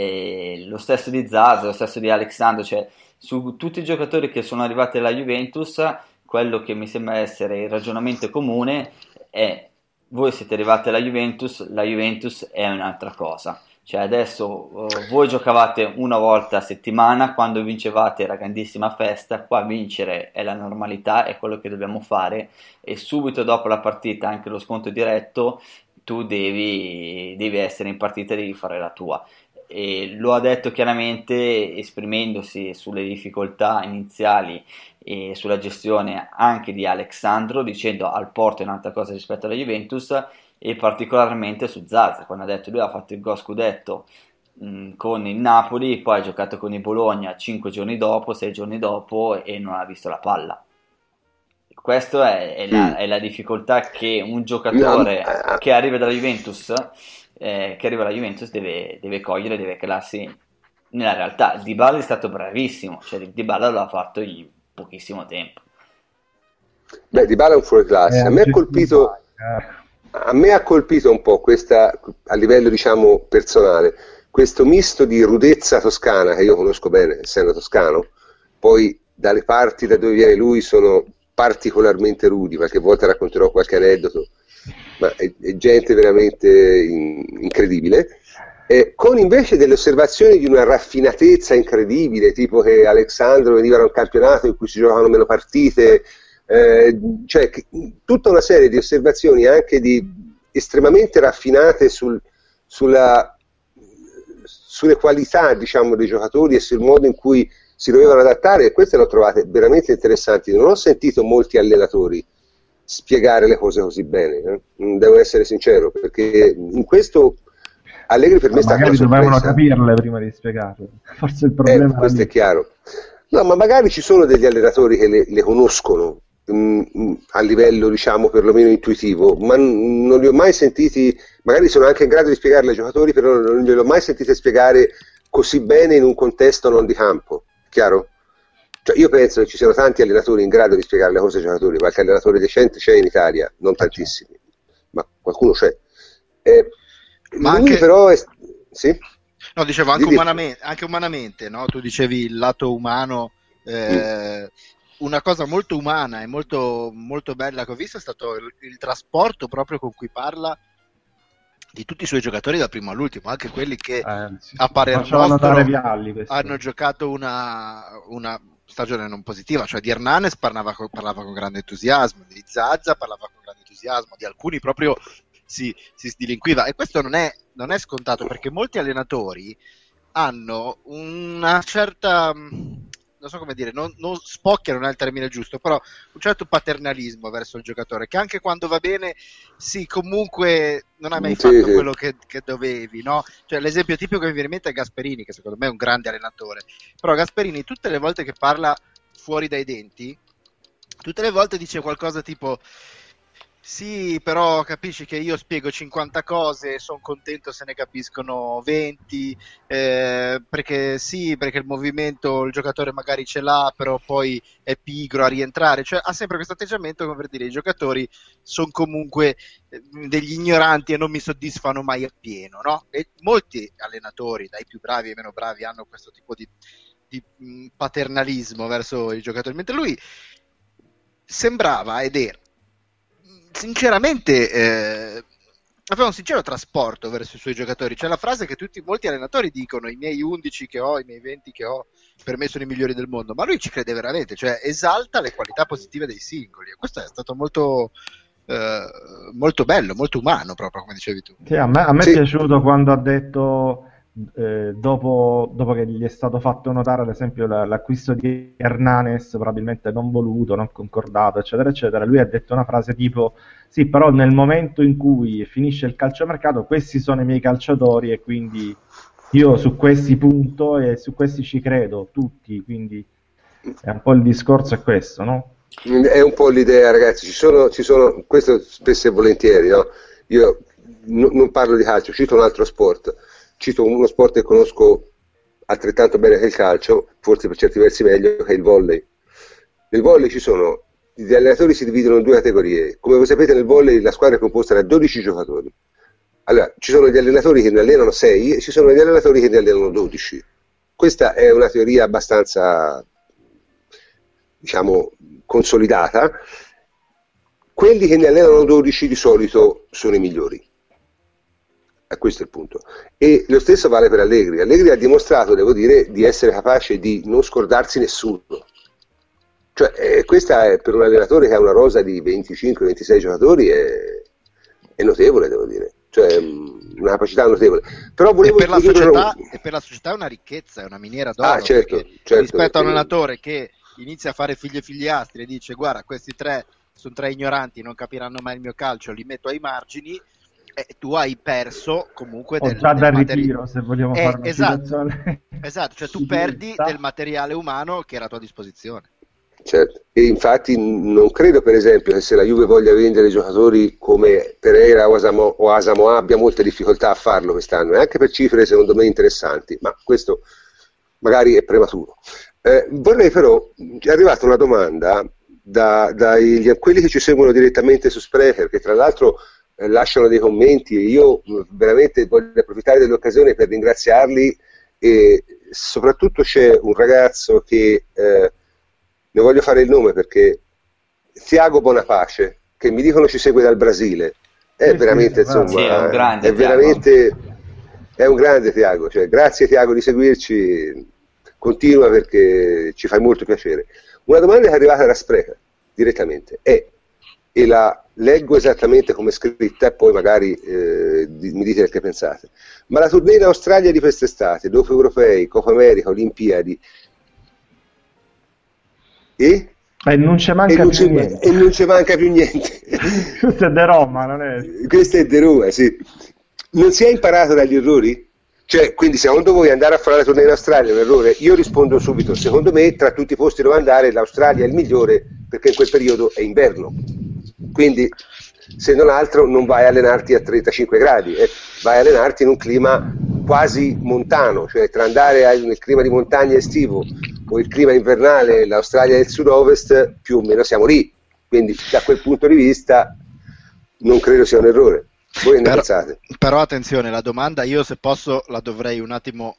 Speaker 3: E lo stesso di Zaza, lo stesso di Alexandro, cioè su tutti i giocatori che sono arrivati alla Juventus, quello che mi sembra essere il ragionamento comune è: voi siete arrivati alla Juventus, la Juventus è un'altra cosa. Cioè adesso uh, voi giocavate una volta a settimana, quando vincevate era grandissima festa, qua vincere è la normalità, è quello che dobbiamo fare, e subito dopo la partita, anche lo sconto diretto, tu devi, devi essere in partita e devi fare la tua. E lo ha detto chiaramente, esprimendosi sulle difficoltà iniziali e sulla gestione anche di Alexandro, dicendo al Porto è un'altra cosa rispetto alla Juventus, e particolarmente su Zaza, quando ha detto lui ha fatto il gol scudetto mh, con il Napoli, poi ha giocato con il Bologna cinque giorni dopo, sei giorni dopo, e non ha visto la palla. Questa è, è, la, è la difficoltà che un giocatore che arriva dalla Juventus eh, che arriva alla Juventus deve, deve cogliere, deve calarsi nella realtà. Dybala è stato bravissimo, cioè Dybala l'ha fatto in pochissimo tempo.
Speaker 1: Beh, Dybala è un fuori classe. A me ha colpito a me ha colpito un po' questa, a livello diciamo personale, questo misto di rudezza toscana che io conosco bene, essendo toscano. Poi dalle parti da dove viene lui sono particolarmente rudi, qualche volta racconterò qualche aneddoto, ma è, è gente veramente in, incredibile, eh, con invece delle osservazioni di una raffinatezza incredibile, tipo che Alexandro veniva da un campionato in cui si giocavano meno partite, eh, cioè che, tutta una serie di osservazioni anche di estremamente raffinate sul, sulla, sulle qualità diciamo dei giocatori e sul modo in cui si dovevano adattare, e queste le ho trovate veramente interessanti. Non ho sentito molti allenatori spiegare le cose così bene, eh? Devo essere sincero, perché in questo Allegri per me sta
Speaker 2: magari dovevano capirle prima di spiegarle, forse il problema
Speaker 1: eh, questo è chiaro. No, ma magari ci sono degli allenatori che le, le conoscono mh, mh, a livello diciamo perlomeno intuitivo, ma n- non li ho mai sentiti, magari sono anche in grado di spiegarle ai giocatori, però non li ho mai sentiti spiegare così bene in un contesto non di campo. Chiaro? Cioè io penso che ci siano tanti allenatori in grado di spiegare le cose ai giocatori, qualche allenatore decente c'è in Italia, non tantissimi, ma qualcuno c'è. Eh,
Speaker 5: ma
Speaker 1: lui
Speaker 5: anche...
Speaker 1: però è... Sì?
Speaker 5: No, dicevo anche
Speaker 1: Dì,
Speaker 5: umanamente, anche umanamente, no? Tu dicevi il lato umano, eh, mm. una cosa molto umana e molto, molto bella che ho visto è stato il, il trasporto proprio con cui parla di tutti i suoi giocatori dal primo all'ultimo, anche quelli che
Speaker 2: eh, sì,
Speaker 5: a parer nostro hanno giocato una, una stagione non positiva, cioè di Hernanes parlava con, parlava con grande entusiasmo, di Zaza parlava con grande entusiasmo, di alcuni proprio si, si sdilinquiva, e questo non è, non è scontato, perché molti allenatori hanno una certa, non so come dire, non, non spocchiano, non è il termine giusto, però un certo paternalismo verso il giocatore, che anche quando va bene, sì, comunque non hai mai
Speaker 1: sì,
Speaker 5: fatto
Speaker 1: sì.
Speaker 5: quello che, che dovevi, no? Cioè l'esempio tipico che mi viene in mente è Gasperini, che secondo me è un grande allenatore, però Gasperini tutte le volte che parla fuori dai denti, tutte le volte dice qualcosa tipo: sì, però capisci che io spiego cinquanta cose, sono contento se ne capiscono venti, eh, perché sì, perché il movimento il giocatore magari ce l'ha, però poi è pigro a rientrare, cioè ha sempre questo atteggiamento come per dire: i giocatori sono comunque degli ignoranti e non mi soddisfano mai appieno, no? E molti allenatori, dai più bravi ai meno bravi, hanno questo tipo di, di paternalismo verso i giocatori, mentre lui sembrava, ed era sinceramente eh, aveva un sincero trasporto verso i suoi giocatori. C'è la frase che tutti molti allenatori dicono: i miei undici che ho, i miei venti che ho, per me sono i migliori del mondo, ma lui ci crede veramente, cioè esalta le qualità positive dei singoli, e questo è stato molto eh, molto bello, molto umano, proprio come dicevi tu.
Speaker 2: Sì, a me, a me
Speaker 1: Sì.
Speaker 2: è piaciuto quando ha detto eh, dopo, dopo che gli è stato fatto notare ad esempio la- l'acquisto di Hernanes, probabilmente non voluto, non concordato, eccetera eccetera, lui ha detto una frase tipo: sì, però nel momento in cui finisce il calciomercato questi sono i miei calciatori e quindi io su questi punto e su questi ci credo tutti, quindi è un po' il discorso è questo, no?
Speaker 1: È un po' l'idea, ragazzi, ci sono, ci sono questo spesso e volentieri, no? Io n- non parlo di calcio, cito un altro sport. cito uno sport che conosco altrettanto bene che il calcio, forse per certi versi meglio, che è il volley. Nel volley ci sono, gli allenatori si dividono in due categorie. Come voi sapete, nel volley la squadra è composta da dodici giocatori. Allora, ci sono gli allenatori che ne allenano sei e ci sono gli allenatori che ne allenano dodici. Questa è una teoria abbastanza, diciamo, consolidata. Quelli che ne allenano dodici di solito sono i migliori. A questo è il punto. E lo stesso vale per Allegri. Allegri ha dimostrato, devo dire, di essere capace di non scordarsi nessuno. Cioè, eh, questa è, per un allenatore che ha una rosa di venticinque ventisei giocatori, è, è notevole, devo dire. Cioè, una capacità notevole. Però volevo
Speaker 5: e, per la società,
Speaker 1: un...
Speaker 5: e per la società è una ricchezza, è una miniera d'oro.
Speaker 1: Ah, certo, certo,
Speaker 5: rispetto
Speaker 1: perché...
Speaker 5: a un allenatore che inizia a fare figli e figliastri e dice guarda, questi tre sono tre ignoranti, non capiranno mai il mio calcio, li metto ai margini, e tu hai perso comunque del,
Speaker 2: già
Speaker 5: del
Speaker 2: da
Speaker 5: materi-
Speaker 2: ritiro, se vogliamo
Speaker 5: eh,
Speaker 2: fare una
Speaker 5: esatto,
Speaker 2: situazione
Speaker 5: esatto, cioè tu
Speaker 2: di
Speaker 5: perdi
Speaker 2: vista.
Speaker 5: del materiale umano che era a tua disposizione.
Speaker 1: Certo, e infatti non credo per esempio che se la Juve voglia vendere giocatori come Pereira o Asamo, o Asamoah abbia molte difficoltà a farlo quest'anno, e anche per cifre secondo me interessanti, ma questo magari è prematuro. Eh, vorrei però, è arrivata una domanda da, da quelli che ci seguono direttamente su Sprecher, che tra l'altro eh, lasciano dei commenti, e io veramente voglio approfittare dell'occasione per ringraziarli, e soprattutto c'è un ragazzo che... Eh, ne voglio fare il nome perché Tiago Bonapace, che mi dicono ci segue dal Brasile, è
Speaker 2: sì,
Speaker 1: veramente
Speaker 2: sì,
Speaker 1: insomma
Speaker 3: sì, è un grande
Speaker 1: è veramente è un grande Tiago, cioè, grazie Tiago di seguirci, continua perché ci fai molto piacere. Una domanda che è arrivata da Sprecher direttamente è, e la leggo esattamente come è scritta e poi magari eh, di, mi dite che pensate, ma la tournée in Australia di quest'estate, dopo europei, Coppa America, Olimpiadi, E?
Speaker 2: E non c'è manca
Speaker 1: e non
Speaker 2: più
Speaker 1: c'è,
Speaker 2: niente.
Speaker 1: E non ci manca più niente.
Speaker 2: Questo è de Roma, non è?
Speaker 1: Questo è de Roma, sì. Non si è imparato dagli errori? Cioè, quindi secondo voi andare a fare la tournée in Australia è un errore? Io rispondo subito, secondo me tra tutti i posti dove andare l'Australia è il migliore perché in quel periodo è inverno. Quindi se non altro non vai a allenarti a trentacinque gradi, eh, vai a allenarti in un clima quasi montano, cioè tra andare nel clima di montagna estivo o il clima invernale, l'Australia del sud-ovest, più o meno siamo lì, quindi da quel punto di vista non credo sia un errore. Voi ne
Speaker 5: però,
Speaker 1: pensate?
Speaker 5: Però attenzione, la domanda io se posso la dovrei un attimo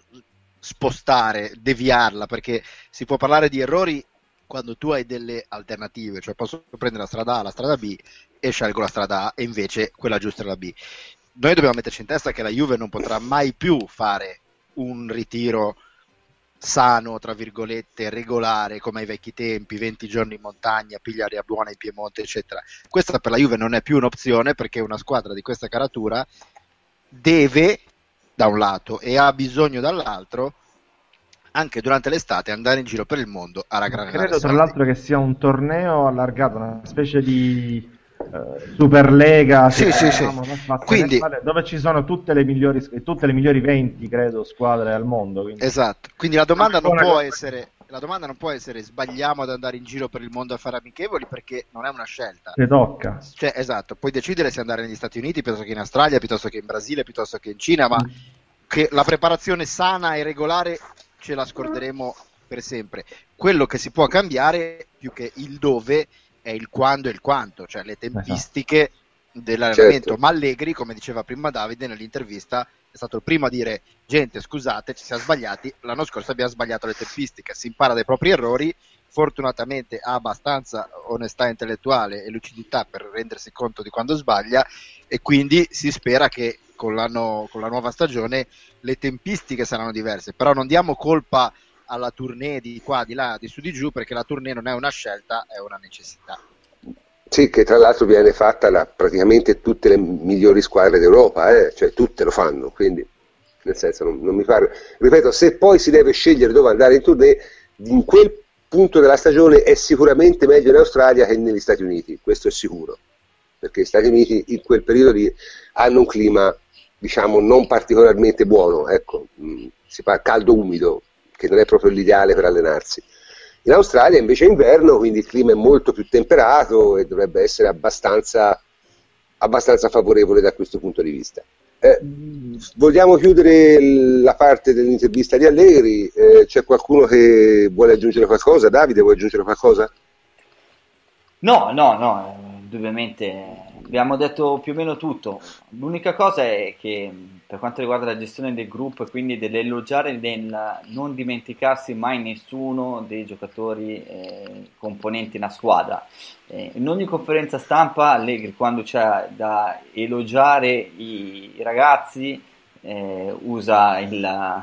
Speaker 5: spostare, deviarla, perché si può parlare di errori quando tu hai delle alternative, cioè posso prendere la strada A, la strada B e scelgo la strada A e invece quella giusta è la B. Noi dobbiamo metterci in testa che la Juve non potrà mai più fare un ritiro sano, tra virgolette, regolare come ai vecchi tempi, venti giorni in montagna, pigliare a buona in Piemonte, eccetera. Questa per la Juve non è più un'opzione perché una squadra di questa caratura deve, da un lato, e ha bisogno dall'altro, anche durante l'estate, andare in giro per il mondo a raggranare
Speaker 2: Credo tra
Speaker 5: soldi.
Speaker 2: l'altro che sia un torneo allargato, una specie di uh, Superlega,
Speaker 5: sì, sì, sì.
Speaker 2: Quindi, dove ci sono tutte le migliori tutte le migliori venti, credo, squadre al mondo. Quindi.
Speaker 5: Esatto. Quindi la domanda non può
Speaker 2: cosa...
Speaker 5: essere la domanda non può essere sbagliamo ad andare in giro per il mondo a fare amichevoli, perché non è una scelta.
Speaker 2: Ti tocca.
Speaker 5: Cioè, esatto, puoi decidere se andare negli Stati Uniti piuttosto che in Australia, piuttosto che in Brasile, piuttosto che in Cina, ma mm. che la preparazione sana e regolare ce la scorderemo per sempre. Quello che si può cambiare più che il dove è il quando e il quanto, cioè le tempistiche esatto. dell'allenamento. Certo. Ma Allegri, come diceva prima Davide nell'intervista, è stato il primo a dire: gente, scusate, ci siamo sbagliati, l'anno scorso abbiamo sbagliato le tempistiche, si impara dai propri errori. Fortunatamente ha abbastanza onestà intellettuale e lucidità per rendersi conto di quando sbaglia, e quindi si spera che con, l'anno, con la nuova stagione le tempistiche saranno diverse. Però non diamo colpa alla tournée di qua, di là, di su, di giù, perché la tournée non è una scelta, è una necessità.
Speaker 1: Sì, che tra l'altro viene fatta da praticamente tutte le migliori squadre d'Europa, eh? Cioè tutte lo fanno, quindi nel senso non, non mi pare, ripeto, se poi si deve scegliere dove andare in tournée, in quel punto della stagione è sicuramente meglio in Australia che negli Stati Uniti, questo è sicuro, perché gli Stati Uniti in quel periodo lì hanno un clima, diciamo, non particolarmente buono, ecco, si fa caldo umido, che non è proprio l'ideale per allenarsi. In Australia invece è inverno, quindi il clima è molto più temperato e dovrebbe essere abbastanza, abbastanza favorevole da questo punto di vista. Eh, vogliamo chiudere la parte dell'intervista di Allegri? Eh, c'è qualcuno che vuole aggiungere qualcosa? Davide, vuoi aggiungere qualcosa?
Speaker 3: No, no, no, indubbiamente abbiamo detto più o meno tutto. L'unica cosa è che per quanto riguarda la gestione del gruppo e quindi dell'elogiare nel non dimenticarsi mai nessuno dei giocatori eh, componenti una squadra. Eh, in ogni conferenza stampa Allegri, quando c'è da elogiare i, i ragazzi, eh, usa il...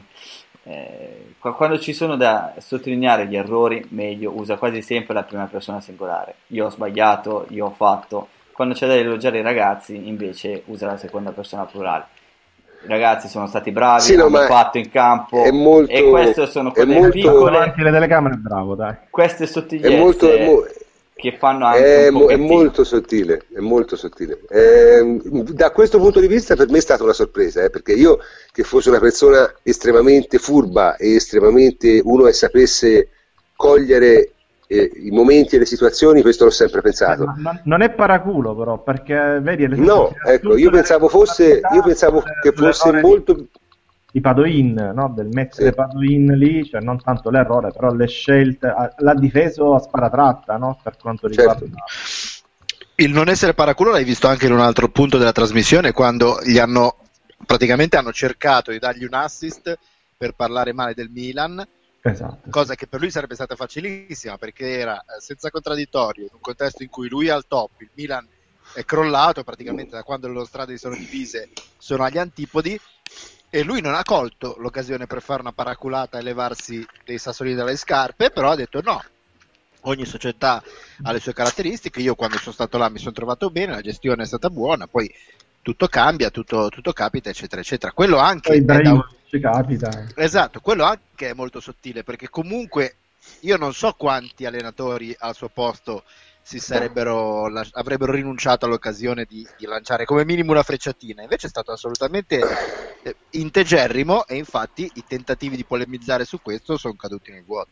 Speaker 3: Eh, quando ci sono da sottolineare gli errori, meglio, usa quasi sempre la prima persona singolare. Io ho sbagliato, io ho fatto. Quando c'è da elogiare i ragazzi, invece, usa la seconda persona plurale. I ragazzi sono stati bravi,
Speaker 1: sì, no,
Speaker 3: hanno fatto in campo,
Speaker 1: molto,
Speaker 3: e queste sono quelle
Speaker 1: molto,
Speaker 3: piccole,
Speaker 2: anche le telecamere, bravo, dai.
Speaker 3: queste sottigliezze
Speaker 1: è molto, è mo-
Speaker 3: che fanno anche
Speaker 1: è,
Speaker 3: un
Speaker 1: è molto sottile, è molto sottile. Eh, da questo punto di vista per me è stata una sorpresa, eh, perché io che fossi una persona estremamente furba e estremamente uno che sapesse cogliere eh, i momenti e le situazioni, questo l'ho sempre pensato.
Speaker 2: Eh, non, non è paraculo però, perché vedi...
Speaker 1: No, ecco, io pensavo fosse, io pensavo che fosse molto...
Speaker 2: di Padoin, no? Del mettere sì. Padoin lì, cioè non tanto l'errore, però le scelte, l'ha difeso a sparatratta, no? Per quanto riguarda...
Speaker 5: Certo. Il non essere paraculo l'hai visto anche in un altro punto della trasmissione, quando gli hanno, praticamente hanno cercato di dargli un assist per parlare male del Milan,
Speaker 2: esatto.
Speaker 5: Cosa che per lui sarebbe stata facilissima, perché era senza contraddittorio, in un contesto in cui lui è al top, il Milan è crollato, praticamente da quando le loro strade sono divise sono agli antipodi, e lui non ha colto l'occasione per fare una paraculata e levarsi dei sassolini dalle scarpe, però ha detto no, ogni società ha le sue caratteristiche, io quando sono stato là mi sono trovato bene, la gestione è stata buona, poi tutto cambia, tutto, tutto capita, eccetera, eccetera. Quello anche è da un...
Speaker 2: ci capita.
Speaker 5: Esatto, quello anche è molto sottile, perché comunque io non so quanti allenatori al suo posto si sarebbero avrebbero rinunciato all'occasione di, di lanciare come minimo una frecciatina, invece è stato assolutamente integerrimo, e infatti i tentativi di polemizzare su questo sono caduti nel vuoto.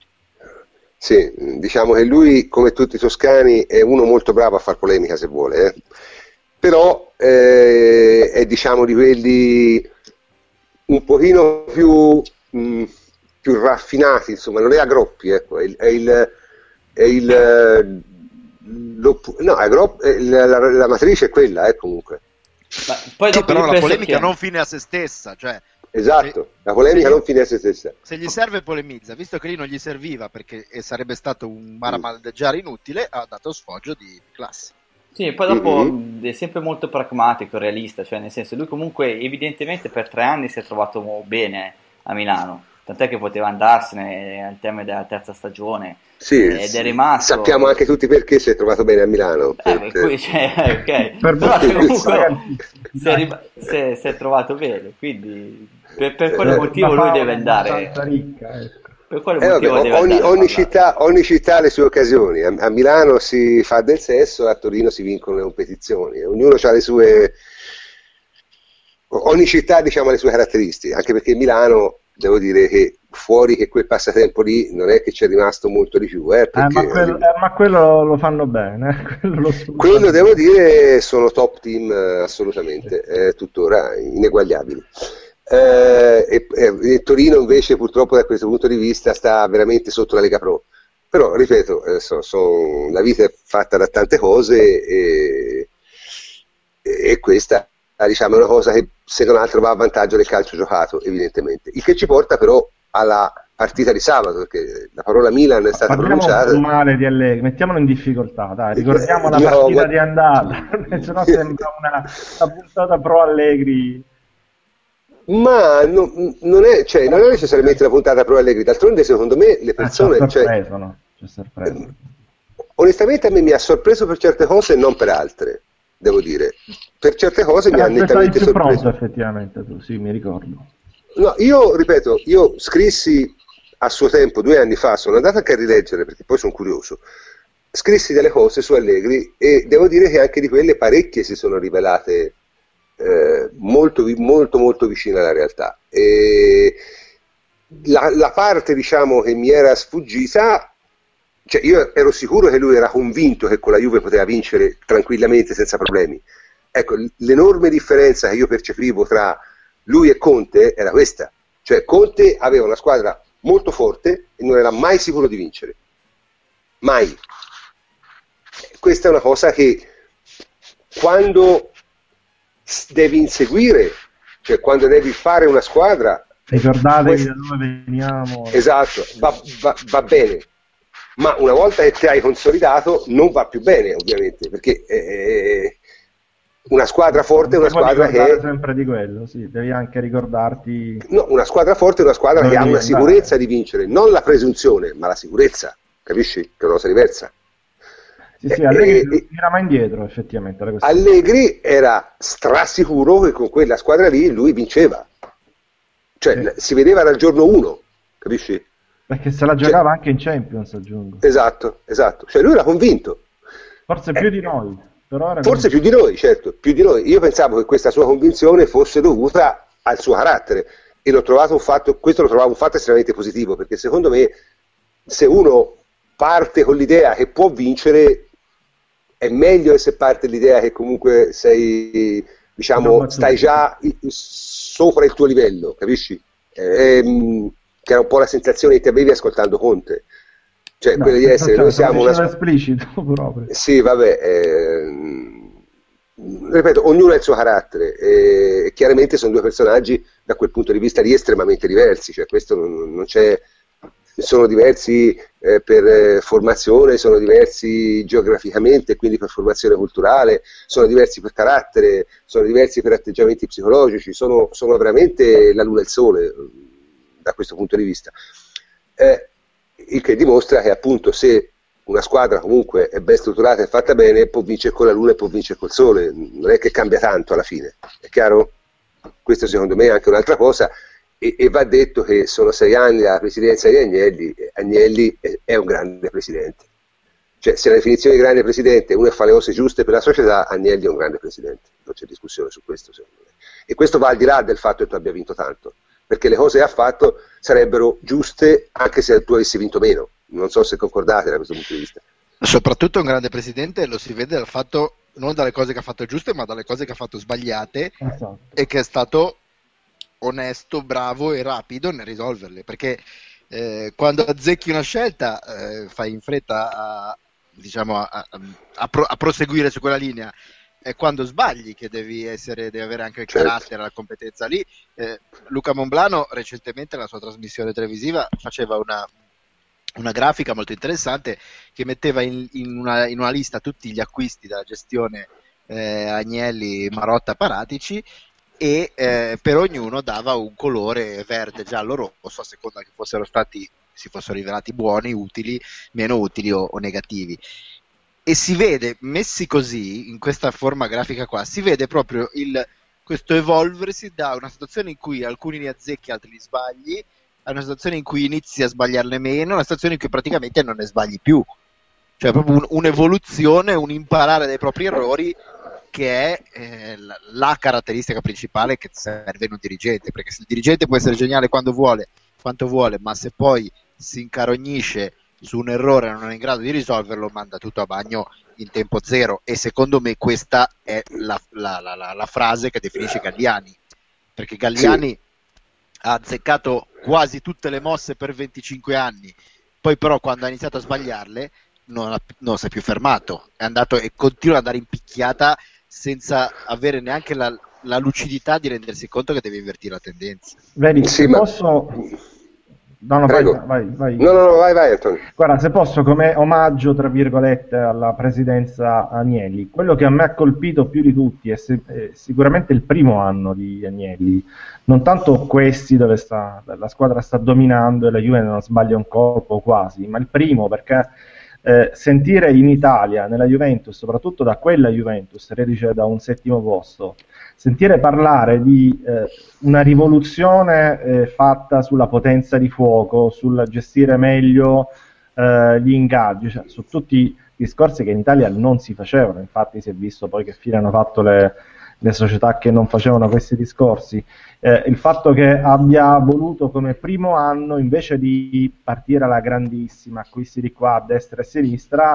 Speaker 1: Sì, diciamo che lui, come tutti i toscani, è uno molto bravo a far polemica se vuole, eh. Però eh, è, diciamo, di quelli un pochino più, mh, più raffinati, insomma, non è Agroppi, ecco, è il, è il, è il Lo, no, agro, la, la, la matrice è quella, eh, comunque.
Speaker 5: Ma poi sì, però la polemica che... non fine a se stessa, cioè,
Speaker 1: esatto,
Speaker 5: se,
Speaker 1: la polemica
Speaker 5: se
Speaker 1: non fine a se stessa.
Speaker 5: Se gli serve polemizza, visto che lì non gli serviva perché sarebbe stato un maramaldeggiare inutile, ha dato sfoggio di classe.
Speaker 3: Sì, poi dopo
Speaker 1: mm-hmm.
Speaker 3: è sempre molto pragmatico, realista, cioè nel senso lui comunque evidentemente per tre anni si è trovato bene a Milano, tant'è che poteva andarsene al termine della terza stagione.
Speaker 1: Sì,
Speaker 3: ed
Speaker 1: sì.
Speaker 3: È rimasto.
Speaker 1: Sappiamo anche tutti perché si è trovato bene a Milano.
Speaker 3: Eh,
Speaker 1: per...
Speaker 3: qui, cioè, ok.
Speaker 2: Per
Speaker 3: però comunque si è, rim- si, è, si è trovato bene, quindi per, per quale
Speaker 1: eh,
Speaker 3: motivo lui deve andare?
Speaker 2: Ricca, ecco.
Speaker 3: Per quale
Speaker 1: eh,
Speaker 3: motivo
Speaker 1: vabbè,
Speaker 3: deve
Speaker 1: ogni,
Speaker 3: andare
Speaker 1: ogni, città, ogni città ha le sue occasioni. A, a Milano si fa del sesso, a Torino si vincono le competizioni. Ognuno ha le sue. Ogni città, diciamo, ha le sue caratteristiche, anche perché Milano, devo dire che fuori che quel passatempo lì non è che c'è rimasto molto di più, eh, perché,
Speaker 2: eh, ma, quello, eh, ma quello lo fanno bene, quello, lo
Speaker 1: quello devo dire sono top team eh, assolutamente, eh, tuttora ineguagliabili. Eh, e, e Torino invece purtroppo da questo punto di vista sta veramente sotto la Lega Pro, però ripeto, eh, so, so, la vita è fatta da tante cose e, e questa, diciamo, è una cosa che se non altro va a vantaggio del calcio giocato, evidentemente, il che ci porta però alla partita di sabato, perché la parola Milan è stata
Speaker 2: Parliamo
Speaker 1: pronunciata.
Speaker 2: Un male di Allegri, mettiamolo in difficoltà, dai, ricordiamo la partita no, ma... di andata, se no sembra una, una puntata pro Allegri.
Speaker 1: Ma no, non, è, cioè, non è necessariamente una puntata pro Allegri, d'altronde secondo me le persone...
Speaker 2: Eh, c'è sorpreso,
Speaker 1: cioè,
Speaker 2: no? C'è sorpreso.
Speaker 1: Eh, onestamente a me mi ha sorpreso per certe cose e non per altre, devo dire. Per certe cose mi ha nettamente
Speaker 2: più
Speaker 1: sorpreso.
Speaker 2: Pronto, effettivamente tu, sì, mi ricordo.
Speaker 1: No, io ripeto, io scrissi a suo tempo, due anni fa, sono andato anche a rileggere perché poi sono curioso, scrissi delle cose su Allegri e devo dire che anche di quelle parecchie si sono rivelate eh, molto, molto, molto vicine alla realtà. E la, la parte, diciamo, che mi era sfuggita, cioè io ero sicuro che lui era convinto che con la Juve poteva vincere tranquillamente senza problemi, ecco, l'enorme differenza che io percepivo tra lui e Conte era questa, cioè Conte aveva una squadra molto forte e non era mai sicuro di vincere, mai. Questa è una cosa che quando devi inseguire, cioè quando devi fare una squadra,
Speaker 2: ricordatevi da dove veniamo,
Speaker 1: esatto, va, va, va bene, ma una volta che ti hai consolidato non va più bene, ovviamente, perché eh, una squadra forte è una squadra che è
Speaker 2: sempre di quello, sì, devi anche ricordarti,
Speaker 1: no, una squadra forte è una squadra che ha una sicurezza di vincere, non la presunzione, ma la sicurezza, capisci? Che è una cosa diversa.
Speaker 2: Sì, sì, Allegri non tira mai indietro, effettivamente.
Speaker 1: Allegri era strasicuro che con quella squadra lì lui vinceva, cioè sì. Si vedeva dal giorno uno, capisci?
Speaker 2: Perché se la giocava cioè, anche in Champions, aggiungo.
Speaker 1: Esatto, esatto, cioè lui era convinto.
Speaker 2: Forse più eh, di noi. Però era
Speaker 1: forse più di noi, certo, più di noi. Io pensavo che questa sua convinzione fosse dovuta al suo carattere e l'ho trovato un fatto, questo lo trovavo un fatto estremamente positivo, perché secondo me se uno parte con l'idea che può vincere è meglio che se parte l'idea che comunque sei, diciamo, stai già sopra il tuo livello, capisci? Ehm, che era un po' la sensazione che ti avevi ascoltando Conte, cioè no, quella di essere, noi siamo una
Speaker 2: esplicito proprio.
Speaker 1: Sì, vabbè, ehm, ripeto, ognuno ha il suo carattere e chiaramente sono due personaggi da quel punto di vista lì estremamente diversi, cioè questo non, non c'è. Sono diversi eh, per eh, formazione, sono diversi geograficamente, quindi per formazione culturale, sono diversi per carattere, sono diversi per atteggiamenti psicologici, sono, sono veramente la luna e il sole da questo punto di vista. Eh, il che dimostra che appunto se una squadra comunque è ben strutturata e fatta bene, può vincere con la luna e può vincere col sole, non è che cambia tanto alla fine, è chiaro? Questo secondo me è anche un'altra cosa. E, e va detto che sono sei anni la presidenza di Agnelli, Agnelli è, è un grande presidente, cioè se la definizione di grande presidente uno fa le cose giuste per la società, Agnelli è un grande presidente, non c'è discussione su questo secondo me, e questo va al di là del fatto che tu abbia vinto tanto, perché le cose che ha fatto sarebbero giuste anche se tu avessi vinto meno, non so se concordate da questo punto di vista.
Speaker 5: Soprattutto un grande presidente lo si vede dal fatto, non dalle cose che ha fatto giuste, ma dalle cose che ha fatto sbagliate, esatto. E che è stato onesto, bravo e rapido nel risolverle, perché eh, quando azzecchi una scelta eh, fai in fretta a, diciamo, a, a, a, pro, a proseguire su quella linea, è quando sbagli che devi essere, devi avere anche il
Speaker 1: certo.
Speaker 5: carattere, la competenza lì. eh, Luca Monblano recentemente nella sua trasmissione televisiva faceva una, una grafica molto interessante che metteva in, in, una, in una lista tutti gli acquisti della gestione eh, Agnelli, Marotta, Paratici, e eh, per ognuno dava un colore verde, giallo, rosso a seconda che fossero stati, si fossero rivelati buoni, utili, meno utili o, o negativi, e si vede, messi così in questa forma grafica qua, si vede proprio il, questo evolversi da una situazione in cui alcuni li azzecchi, altri li sbagli, a una situazione in cui inizi a sbagliarne meno, una situazione in cui praticamente non ne sbagli più, cioè proprio un, un'evoluzione, un imparare dai propri errori, che è eh, la, la caratteristica principale che serve in un dirigente, perché se il dirigente può essere geniale quando vuole, quanto vuole, ma se poi si incarognisce su un errore e non è in grado di risolverlo, manda tutto a bagno in tempo zero, e secondo me questa è la, la, la, la, la frase che definisce Galliani, perché Galliani sì. ha azzeccato quasi tutte le mosse per venticinque anni, poi però quando ha iniziato a sbagliarle non, ha, non si è più fermato, è andato e continua ad andare in picchiata senza avere neanche la, la lucidità di rendersi conto che deve invertire la tendenza.
Speaker 2: Vedi, sì, se ma... posso... No, no, vai, vai, vai.
Speaker 1: no, no, no, vai, vai, Antonio.
Speaker 2: Guarda, se posso, come omaggio, tra virgolette, alla presidenza Agnelli, quello che a me ha colpito più di tutti è, se, è sicuramente il primo anno di Agnelli, non tanto questi dove sta, la squadra sta dominando e la Juve non sbaglia un colpo quasi, ma il primo, perché Eh, sentire in Italia, nella Juventus, soprattutto da quella Juventus, reduce da un settimo posto, sentire parlare di eh, una rivoluzione eh, fatta sulla potenza di fuoco, sul gestire meglio eh, gli ingaggi, cioè, su tutti discorsi che in Italia non si facevano, infatti si è visto poi che fine hanno fatto le, le società che non facevano questi discorsi. Eh, il fatto che abbia voluto come primo anno, invece di partire alla grandissima, acquisti di qua a destra e a sinistra,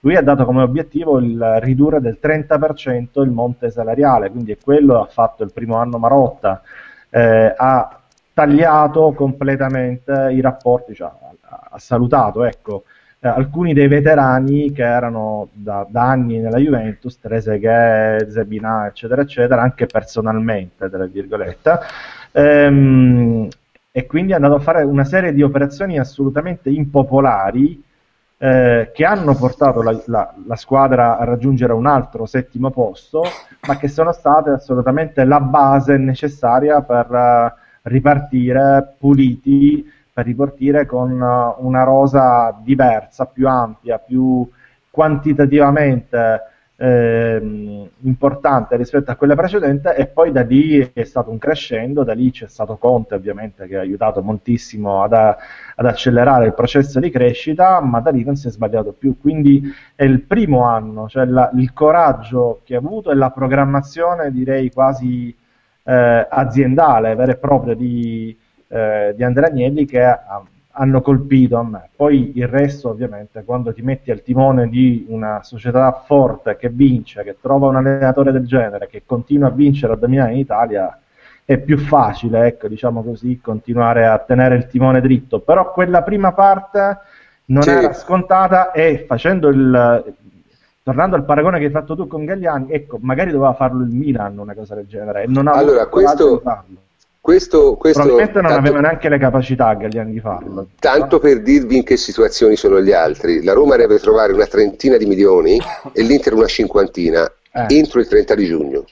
Speaker 2: lui ha dato come obiettivo il ridurre del trenta per cento il monte salariale, quindi è quello ha fatto il primo anno Marotta, eh, ha tagliato completamente i rapporti, cioè, ha, ha salutato, ecco, eh, alcuni dei veterani che erano da, da anni nella Juventus, Trezeguet, Zebina, eccetera, eccetera, anche personalmente, tra virgolette, ehm, e quindi è andato a fare una serie di operazioni assolutamente impopolari, eh, che hanno portato la, la, la squadra a raggiungere un altro settimo posto, ma che sono state assolutamente la base necessaria per uh, ripartire puliti, per ripartire con uh, una rosa diversa, più ampia, più quantitativamente eh, importante rispetto a quella precedente, e poi da lì è stato un crescendo, da lì c'è stato Conte ovviamente che ha aiutato moltissimo ad, ad accelerare il processo di crescita, ma da lì non si è sbagliato più, quindi è il primo anno, cioè la, il coraggio che ha avuto e la programmazione, direi quasi eh, aziendale, vera e propria di, eh, di Andrea Agnelli, che ha hanno colpito a me. Poi il resto, ovviamente, quando ti metti al timone di una società forte che vince, che trova un allenatore del genere, che continua a vincere, a dominare in Italia, è più facile, ecco, diciamo così, continuare a tenere il timone dritto. Però quella prima parte non
Speaker 1: sì.
Speaker 2: era scontata, e facendo il... tornando al paragone che hai fatto tu con Galliani, ecco, magari doveva farlo il Milan una cosa del genere, e non ha
Speaker 1: allora,
Speaker 2: avuto coraggio
Speaker 1: questo...
Speaker 2: di farlo.
Speaker 1: Questo, questo,
Speaker 2: probabilmente non
Speaker 1: tanto,
Speaker 2: aveva neanche le capacità Galliani di farlo.
Speaker 1: Tanto per dirvi in che situazioni sono gli altri: la Roma deve trovare una trentina di milioni e l'Inter una cinquantina eh. entro il trenta di giugno.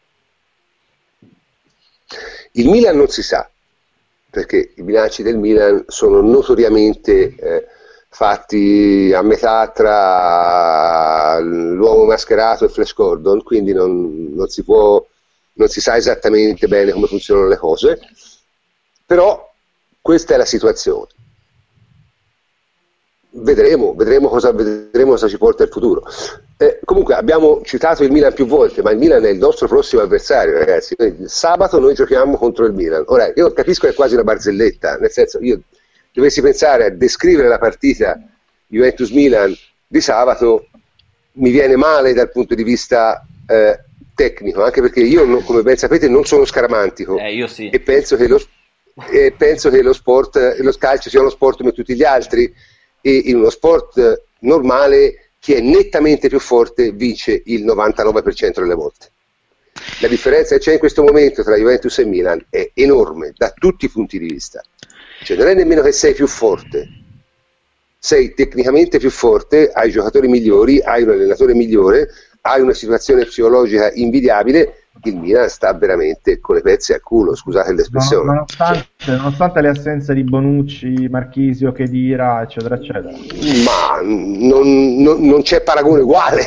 Speaker 1: Il Milan non si sa, perché i bilanci del Milan sono notoriamente eh, fatti a metà tra l'uomo mascherato e Flash Gordon, quindi non, non si può non si sa esattamente bene come funzionano le cose, però questa è la situazione. Vedremo, vedremo cosa, vedremo cosa ci porta il futuro. Eh, comunque abbiamo citato il Milan più volte, ma il Milan è il nostro prossimo avversario, ragazzi. Noi, sabato noi giochiamo contro il Milan. Ora, io capisco che è quasi una barzelletta, nel senso, io dovessi pensare a descrivere la partita Juventus-Milan di sabato, mi viene male dal punto di vista eh, tecnico, anche perché io, non, come ben sapete, non sono scaramantico
Speaker 3: eh, io sì.
Speaker 1: e penso che lo, e penso che lo sport, lo calcio sia uno sport come tutti gli altri, e in uno sport normale chi è nettamente più forte vince il novantanove per cento delle volte. La differenza che c'è in questo momento tra Juventus e Milan è enorme da tutti i punti di vista, cioè non è nemmeno che sei più forte, sei tecnicamente più forte, hai giocatori migliori, hai un allenatore migliore, hai una situazione psicologica invidiabile. Il Milan sta veramente con le pezze al culo, scusate l'espressione.
Speaker 2: No, nonostante, nonostante le assenze di Bonucci, Marchisio, Khedira, eccetera, eccetera.
Speaker 1: Ma non, non, non c'è paragone uguale.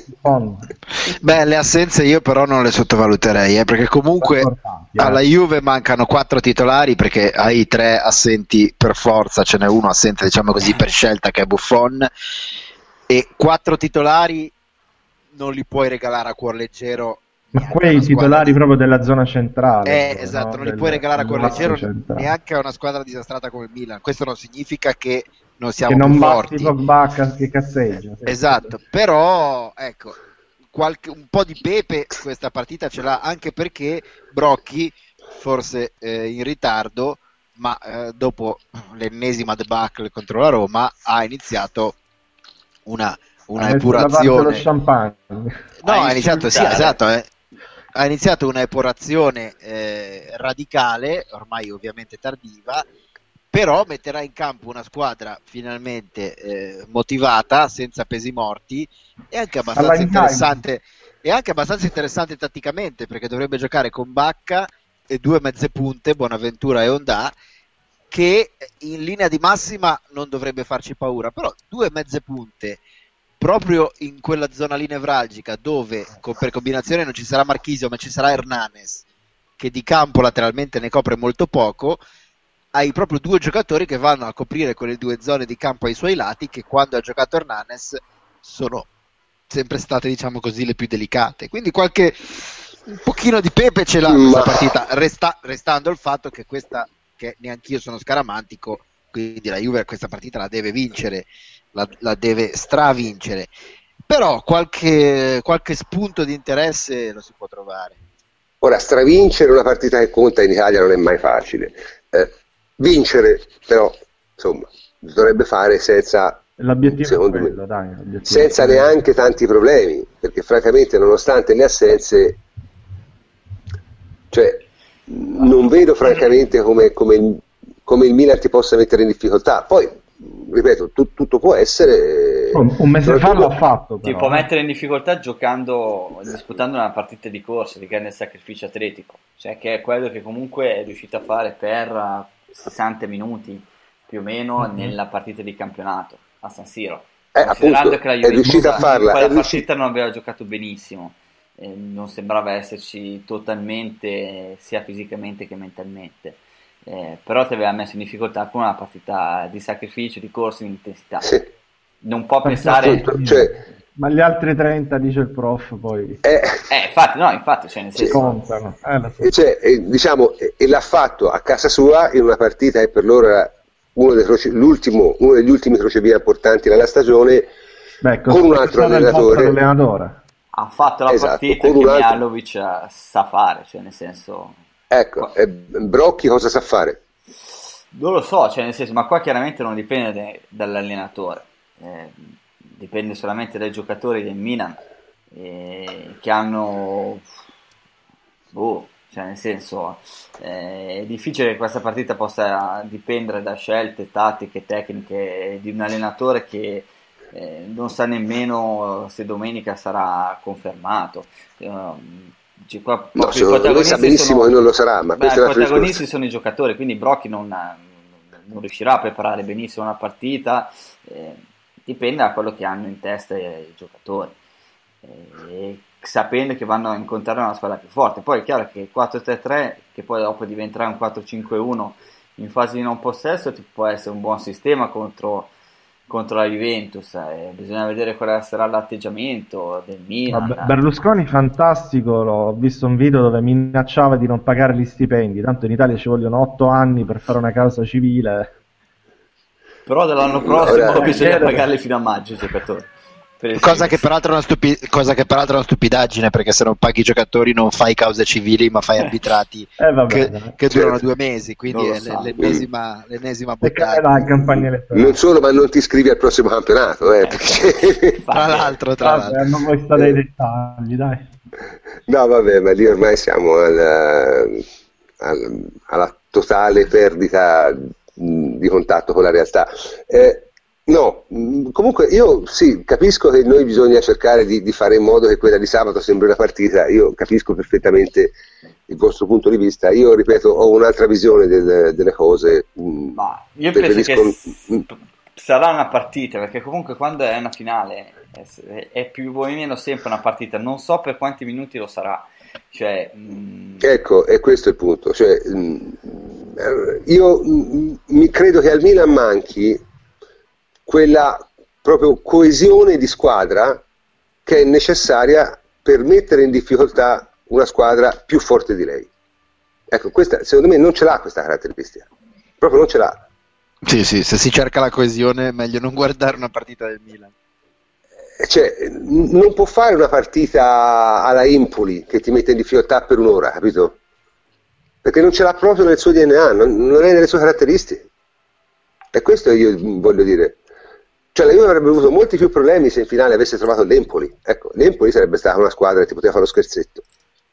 Speaker 5: Beh, le assenze io però non le sottovaluterei, eh, perché comunque alla Juve mancano quattro titolari, perché hai tre assenti per forza, ce n'è uno assente, diciamo così, per scelta, che è Buffon, e quattro titolari non li puoi regalare a cuor leggero.
Speaker 2: Ma quei titolari di... proprio della zona centrale.
Speaker 5: Eh,
Speaker 2: proprio,
Speaker 5: esatto,
Speaker 2: no?
Speaker 5: non li
Speaker 2: Del,
Speaker 5: puoi regalare a cuor leggero
Speaker 2: centrale.
Speaker 5: neanche a una squadra disastrata come il Milan. Questo non significa che non siamo
Speaker 2: che non
Speaker 5: più
Speaker 2: basti
Speaker 5: forti.
Speaker 2: Pogba che cazzeggia. Sì.
Speaker 5: Esatto, però ecco, qualche, un po' di pepe questa partita ce l'ha, anche perché Brocchi, forse eh, in ritardo, ma eh, dopo l'ennesima debacle contro la Roma, ha iniziato una, una epurazione.
Speaker 2: Champagne.
Speaker 5: No, ha iniziato, sì, esatto, eh. ha iniziato una epurazione eh, radicale, ormai ovviamente tardiva, però metterà in campo una squadra finalmente eh, motivata, senza pesi morti, e anche abbastanza interessante, e anche abbastanza interessante tatticamente, perché dovrebbe giocare con Bacca e due mezze punte, Bonaventura e Ondà, che in linea di massima non dovrebbe farci paura, però due mezze punte proprio in quella zona lì nevralgica, dove con, per combinazione non ci sarà Marchisio ma ci sarà Hernanes, che di campo lateralmente ne copre molto poco, hai proprio due giocatori che vanno a coprire quelle due zone di campo ai suoi lati, che quando ha giocato Hernanes sono sempre state, diciamo così, le più delicate. Quindi qualche un pochino di pepe ce l'ha questa partita, resta, restando il fatto che questa, che neanch'io sono scaramantico, quindi la Juve questa partita la deve vincere, la, la deve stravincere. però qualche, qualche spunto di interesse lo si può trovare.
Speaker 1: Ora, stravincere una partita che conta in Italia non è mai facile. Eh, vincere, però, insomma, dovrebbe fare senza,
Speaker 2: L'obiettivo
Speaker 1: secondo
Speaker 2: è quello,
Speaker 1: me,
Speaker 2: dai, l'obiettivo
Speaker 1: senza
Speaker 2: è quello.
Speaker 1: neanche tanti problemi, perché francamente, nonostante le assenze, cioè, non vedo francamente come, come, il, come il Milan ti possa mettere in difficoltà. Poi, ripeto, tu, tutto può essere.
Speaker 2: Un, un mese fa
Speaker 1: soprattutto-
Speaker 2: l'ha fatto,
Speaker 3: Ti
Speaker 2: però.
Speaker 3: può mettere in difficoltà giocando, disputando una partita di corsa, di grande sacrificio atletico, cioè che è quello che comunque è riuscito a fare per sessanta minuti più o meno
Speaker 2: Mhm.
Speaker 3: nella partita di campionato a San Siro.
Speaker 1: Eh,
Speaker 3: Considerando
Speaker 1: appunto,
Speaker 3: che la
Speaker 1: è
Speaker 3: Juventus
Speaker 1: riuscito a
Speaker 3: in
Speaker 1: farla,
Speaker 3: quella
Speaker 1: è riuscito-
Speaker 3: partita non aveva giocato benissimo, eh, non sembrava esserci totalmente sia fisicamente che mentalmente. Eh, però ti aveva messo in difficoltà con una partita di sacrificio, di corsa, di intensità.
Speaker 1: Sì.
Speaker 3: Non può
Speaker 2: Perché
Speaker 3: pensare.
Speaker 1: appunto, cioè,
Speaker 2: Ma gli altri trenta, dice il prof, poi
Speaker 1: eh,
Speaker 3: Eh, infatti, no, infatti, cioè nel senso,
Speaker 2: contano. Eh, lo so.
Speaker 1: E cioè, eh, diciamo, e, e l'ha fatto a casa sua in una partita che per loro era uno, dei croce- l'ultimo, uno degli ultimi crocevia importanti della stagione,
Speaker 2: Beh,
Speaker 1: con un altro
Speaker 2: stato il vostro
Speaker 1: allenatore.
Speaker 2: allenatore.
Speaker 3: ha fatto la
Speaker 1: Esatto,
Speaker 3: partita
Speaker 1: con
Speaker 3: che
Speaker 1: un altro-
Speaker 3: Mihajlovic eh, sa fare, cioè nel senso,
Speaker 1: Ecco, eh, Brocchi cosa sa fare?
Speaker 3: non lo so, cioè nel senso, ma qua chiaramente non dipende de- dall'allenatore, eh, dipende solamente dai giocatori del Milan, eh, che hanno, boh, cioè nel senso, eh, è difficile che questa partita possa dipendere da scelte tattiche, tecniche di un allenatore che eh, non sa nemmeno se domenica sarà confermato. Eh, cioè, qua
Speaker 1: No,
Speaker 3: proprio i
Speaker 1: secondo me sa
Speaker 3: protagonisti
Speaker 1: benissimo
Speaker 3: sono-
Speaker 1: che non lo sarà, ma
Speaker 3: Beh,
Speaker 1: questo è
Speaker 3: i
Speaker 1: un altro
Speaker 3: protagonisti
Speaker 1: discorso.
Speaker 3: sono i giocatori, quindi Brocchi non, non riuscirà a preparare benissimo una partita, eh, dipende da quello che hanno in testa i giocatori, eh, sapendo che vanno a incontrare una squadra più forte. Poi è chiaro che il quattro tre tre, che poi dopo diventerà un quattro cinque uno in fase di non possesso, ti può essere un buon sistema contro, contro la Juventus, eh, bisogna vedere quale sarà l'atteggiamento del Milan.
Speaker 2: Vabbè, Berlusconi fantastico, l'ho- ho visto un video dove minacciava di non pagare gli stipendi, tanto in Italia ci vogliono otto anni per fare una causa civile.
Speaker 3: Però dall'anno prossimo
Speaker 1: Ora-
Speaker 3: bisogna
Speaker 2: Eh,
Speaker 3: pagarli fino a maggio i giocatori. Per il
Speaker 5: Cosa che,
Speaker 3: servizio.
Speaker 5: peraltro è una stupi- cosa che peraltro è una stupidaggine, perché se non paghi i giocatori non fai cause civili, ma fai arbitrati
Speaker 2: Eh, vabbè,
Speaker 5: che,
Speaker 2: dai.
Speaker 5: che durano
Speaker 1: Certo.
Speaker 5: due mesi, quindi
Speaker 3: Non lo
Speaker 5: è
Speaker 3: so.
Speaker 5: l- l'ennesima, l'ennesima
Speaker 2: E che è
Speaker 5: bottata.
Speaker 2: la campagna elettorale.
Speaker 1: Non solo, ma non ti iscrivi al prossimo campionato, eh, perché-
Speaker 5: Tra l'altro, tra
Speaker 2: Vabbè,
Speaker 5: l'altro.
Speaker 2: non vuoi stare ai dettagli, dai.
Speaker 1: No, vabbè, ma lì ormai siamo al- al- alla totale perdita mh, di contatto con la realtà. Eh, no, mh, comunque io sì, capisco che noi bisogna cercare di, di fare in modo che quella di sabato sembri una partita, io capisco perfettamente il vostro punto di vista, io ripeto, ho un'altra visione del- delle cose. mh,
Speaker 3: Ma io penso che
Speaker 1: preferisco-
Speaker 3: s- sarà una partita, perché comunque quando è una finale è, è più o meno sempre una partita, non so per quanti minuti lo sarà, cioè mh,
Speaker 1: Ecco, e questo è il punto. Cioè, mh, eh, io mh, mi credo che al Milan manchi quella proprio coesione di squadra che è necessaria per mettere in difficoltà una squadra più forte di lei. Ecco, questa secondo me non ce l'ha questa caratteristica, proprio non ce l'ha.
Speaker 5: Sì, sì, se si cerca la coesione è meglio non guardare una partita del Milan.
Speaker 1: Cioè, n- non può fare una partita alla Empoli che ti mette in difficoltà per un'ora, capito? Perché non ce l'ha proprio nel suo D N A, non, non è nelle sue caratteristiche. E questo io voglio dire. Cioè la Juve avrebbe avuto molti più problemi se in finale avesse trovato l'Empoli. Ecco, l'Empoli sarebbe stata una squadra che ti poteva fare lo scherzetto.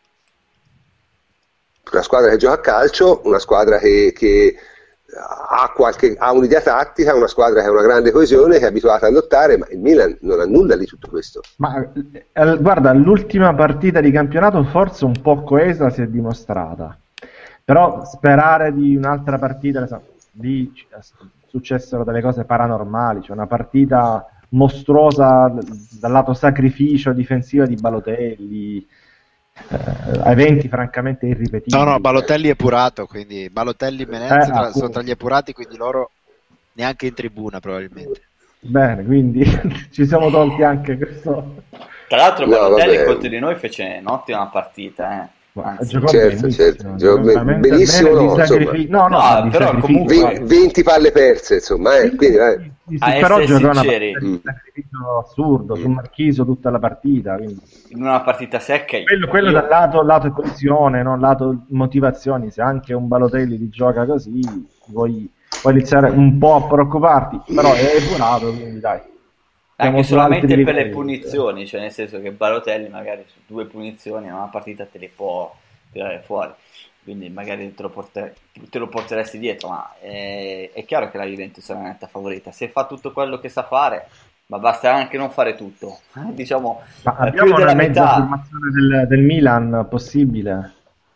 Speaker 1: Una squadra che gioca a calcio, una squadra che, che ha, qualche, ha un'idea tattica, una squadra che ha una grande coesione, che è abituata a lottare, ma il Milan non ha nulla di tutto questo.
Speaker 2: Ma eh, guarda, l'ultima partita di campionato forse un po' coesa si è dimostrata, però sperare di un'altra partita, ne so, lì ci- successero delle cose paranormali, cioè una partita mostruosa d- dal lato sacrificio difensivo di Balotelli, eh, eventi francamente irripetibili.
Speaker 5: No, no, Balotelli è epurato, quindi Balotelli e Menez
Speaker 2: Eh,
Speaker 5: tra-
Speaker 2: appunto.
Speaker 5: sono tra gli epurati, quindi loro neanche in tribuna probabilmente.
Speaker 2: Bene, quindi ci siamo tolti anche questo.
Speaker 3: tra l'altro
Speaker 1: No,
Speaker 3: Balotelli
Speaker 1: vabbè.
Speaker 3: contro di noi fece un'ottima partita, eh. Anzi,
Speaker 2: Giocò
Speaker 1: certo,
Speaker 2: benissimo,
Speaker 1: certo,
Speaker 2: giocò
Speaker 1: giocò ben-
Speaker 2: veramente
Speaker 1: benissimo,
Speaker 2: bene, di
Speaker 1: no,
Speaker 2: sacrifici- no, no,
Speaker 3: No,
Speaker 2: di
Speaker 3: però
Speaker 2: sacrifici,
Speaker 3: comunque-
Speaker 1: Ve- venti palle perse, insomma, eh, quindi, eh.
Speaker 2: Sì,
Speaker 3: a
Speaker 2: sì, però
Speaker 3: essere
Speaker 2: giocò una
Speaker 3: sinceri,
Speaker 2: partita di sacrificio assurdo su Marchisio tutta la partita, quindi
Speaker 3: in una partita secca,
Speaker 2: quello, quello
Speaker 3: io
Speaker 2: dal lato, lato coesione, non lato motivazioni. Se anche un Balotelli ti gioca così, vuoi, puoi iniziare un po' a preoccuparti, però è epurato, quindi dai, siamo
Speaker 3: anche
Speaker 2: su altri
Speaker 3: solamente per le
Speaker 2: livelli.
Speaker 3: punizioni, cioè nel senso che Balotelli magari su due punizioni in una partita te le può tirare fuori, quindi magari te lo, porter- te lo porteresti dietro, ma è, è chiaro che la Juventus è una netta favorita, se fa tutto quello che sa fare, ma basta anche non fare tutto, diciamo
Speaker 2: Ma
Speaker 3: eh, più
Speaker 2: abbiamo una
Speaker 3: della
Speaker 2: mezza
Speaker 3: metà.
Speaker 2: formazione del, del Milan possibile?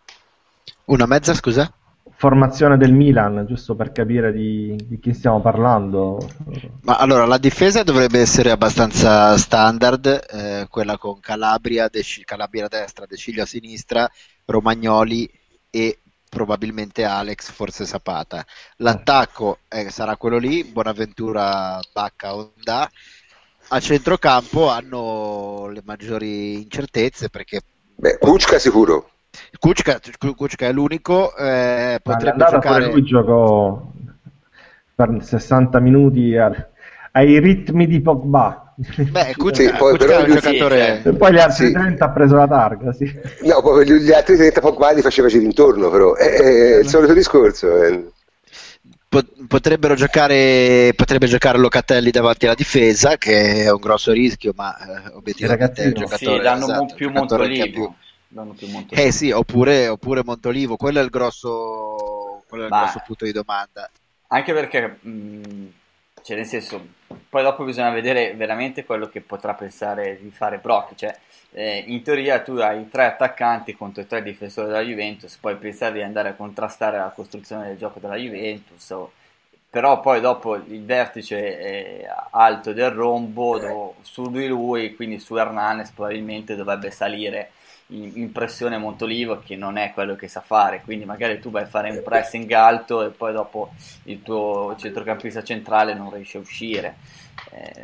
Speaker 5: Una mezza, scusa?
Speaker 2: Formazione del Milan, giusto per capire di, di chi stiamo parlando.
Speaker 5: Ma allora, la difesa dovrebbe essere abbastanza standard, eh, quella con Calabria, De Sci- Calabria a destra, De Sciglio a sinistra, Romagnoli e probabilmente Alex, forse Zapata. L'attacco eh, sarà quello lì, Bonaventura, Bacca, Onda. A centrocampo hanno le maggiori incertezze perché
Speaker 1: Beh, Kučka sicuro.
Speaker 5: Kučka, Kučka è l'unico, eh,
Speaker 2: Ma
Speaker 5: potrebbe
Speaker 2: all'andata pure
Speaker 5: giocare.
Speaker 2: lui giocò per sessanta minuti al- ai ritmi di Pogba.
Speaker 5: Beh,
Speaker 1: Sì,
Speaker 5: Kučka,
Speaker 1: poi
Speaker 5: Kučka
Speaker 1: però
Speaker 5: è un
Speaker 1: gli-
Speaker 5: giocatore.
Speaker 2: E poi gli altri
Speaker 1: Sì.
Speaker 2: trenta ha preso la targa, sì.
Speaker 1: No, poi gli, gli altri trenta Pogba li faceva giri intorno, però è, è il solito discorso. eh.
Speaker 5: Po- Potrebbero giocare, potrebbe giocare Locatelli davanti alla difesa, che è un grosso rischio, ma eh, obiettivamente è un
Speaker 2: ragazzino.
Speaker 5: giocatore,
Speaker 3: Sì, danno
Speaker 5: esatto,
Speaker 3: mo-
Speaker 5: un
Speaker 3: più
Speaker 5: giocatore che ha
Speaker 3: Montolivo,
Speaker 5: più.
Speaker 3: danno più Montolivo.
Speaker 5: Eh sì, oppure, oppure Montolivo, quello è il grosso, quello è il
Speaker 3: Ma
Speaker 5: grosso punto di domanda.
Speaker 3: anche perché, mh, cioè nel senso, poi dopo bisogna vedere veramente quello che potrà pensare di fare Brock, cioè eh, in teoria tu hai tre attaccanti contro i tre difensori della Juventus, puoi pensare di andare a contrastare la costruzione del gioco della Juventus, o- però poi dopo il vertice eh, alto del rombo do- su di lui, quindi su Hernanes probabilmente dovrebbe salire in, in pressione Montolivo, che non è quello che sa fare, quindi magari tu vai a fare un pressing alto e poi dopo il tuo centrocampista centrale non riesce a uscire. Eh,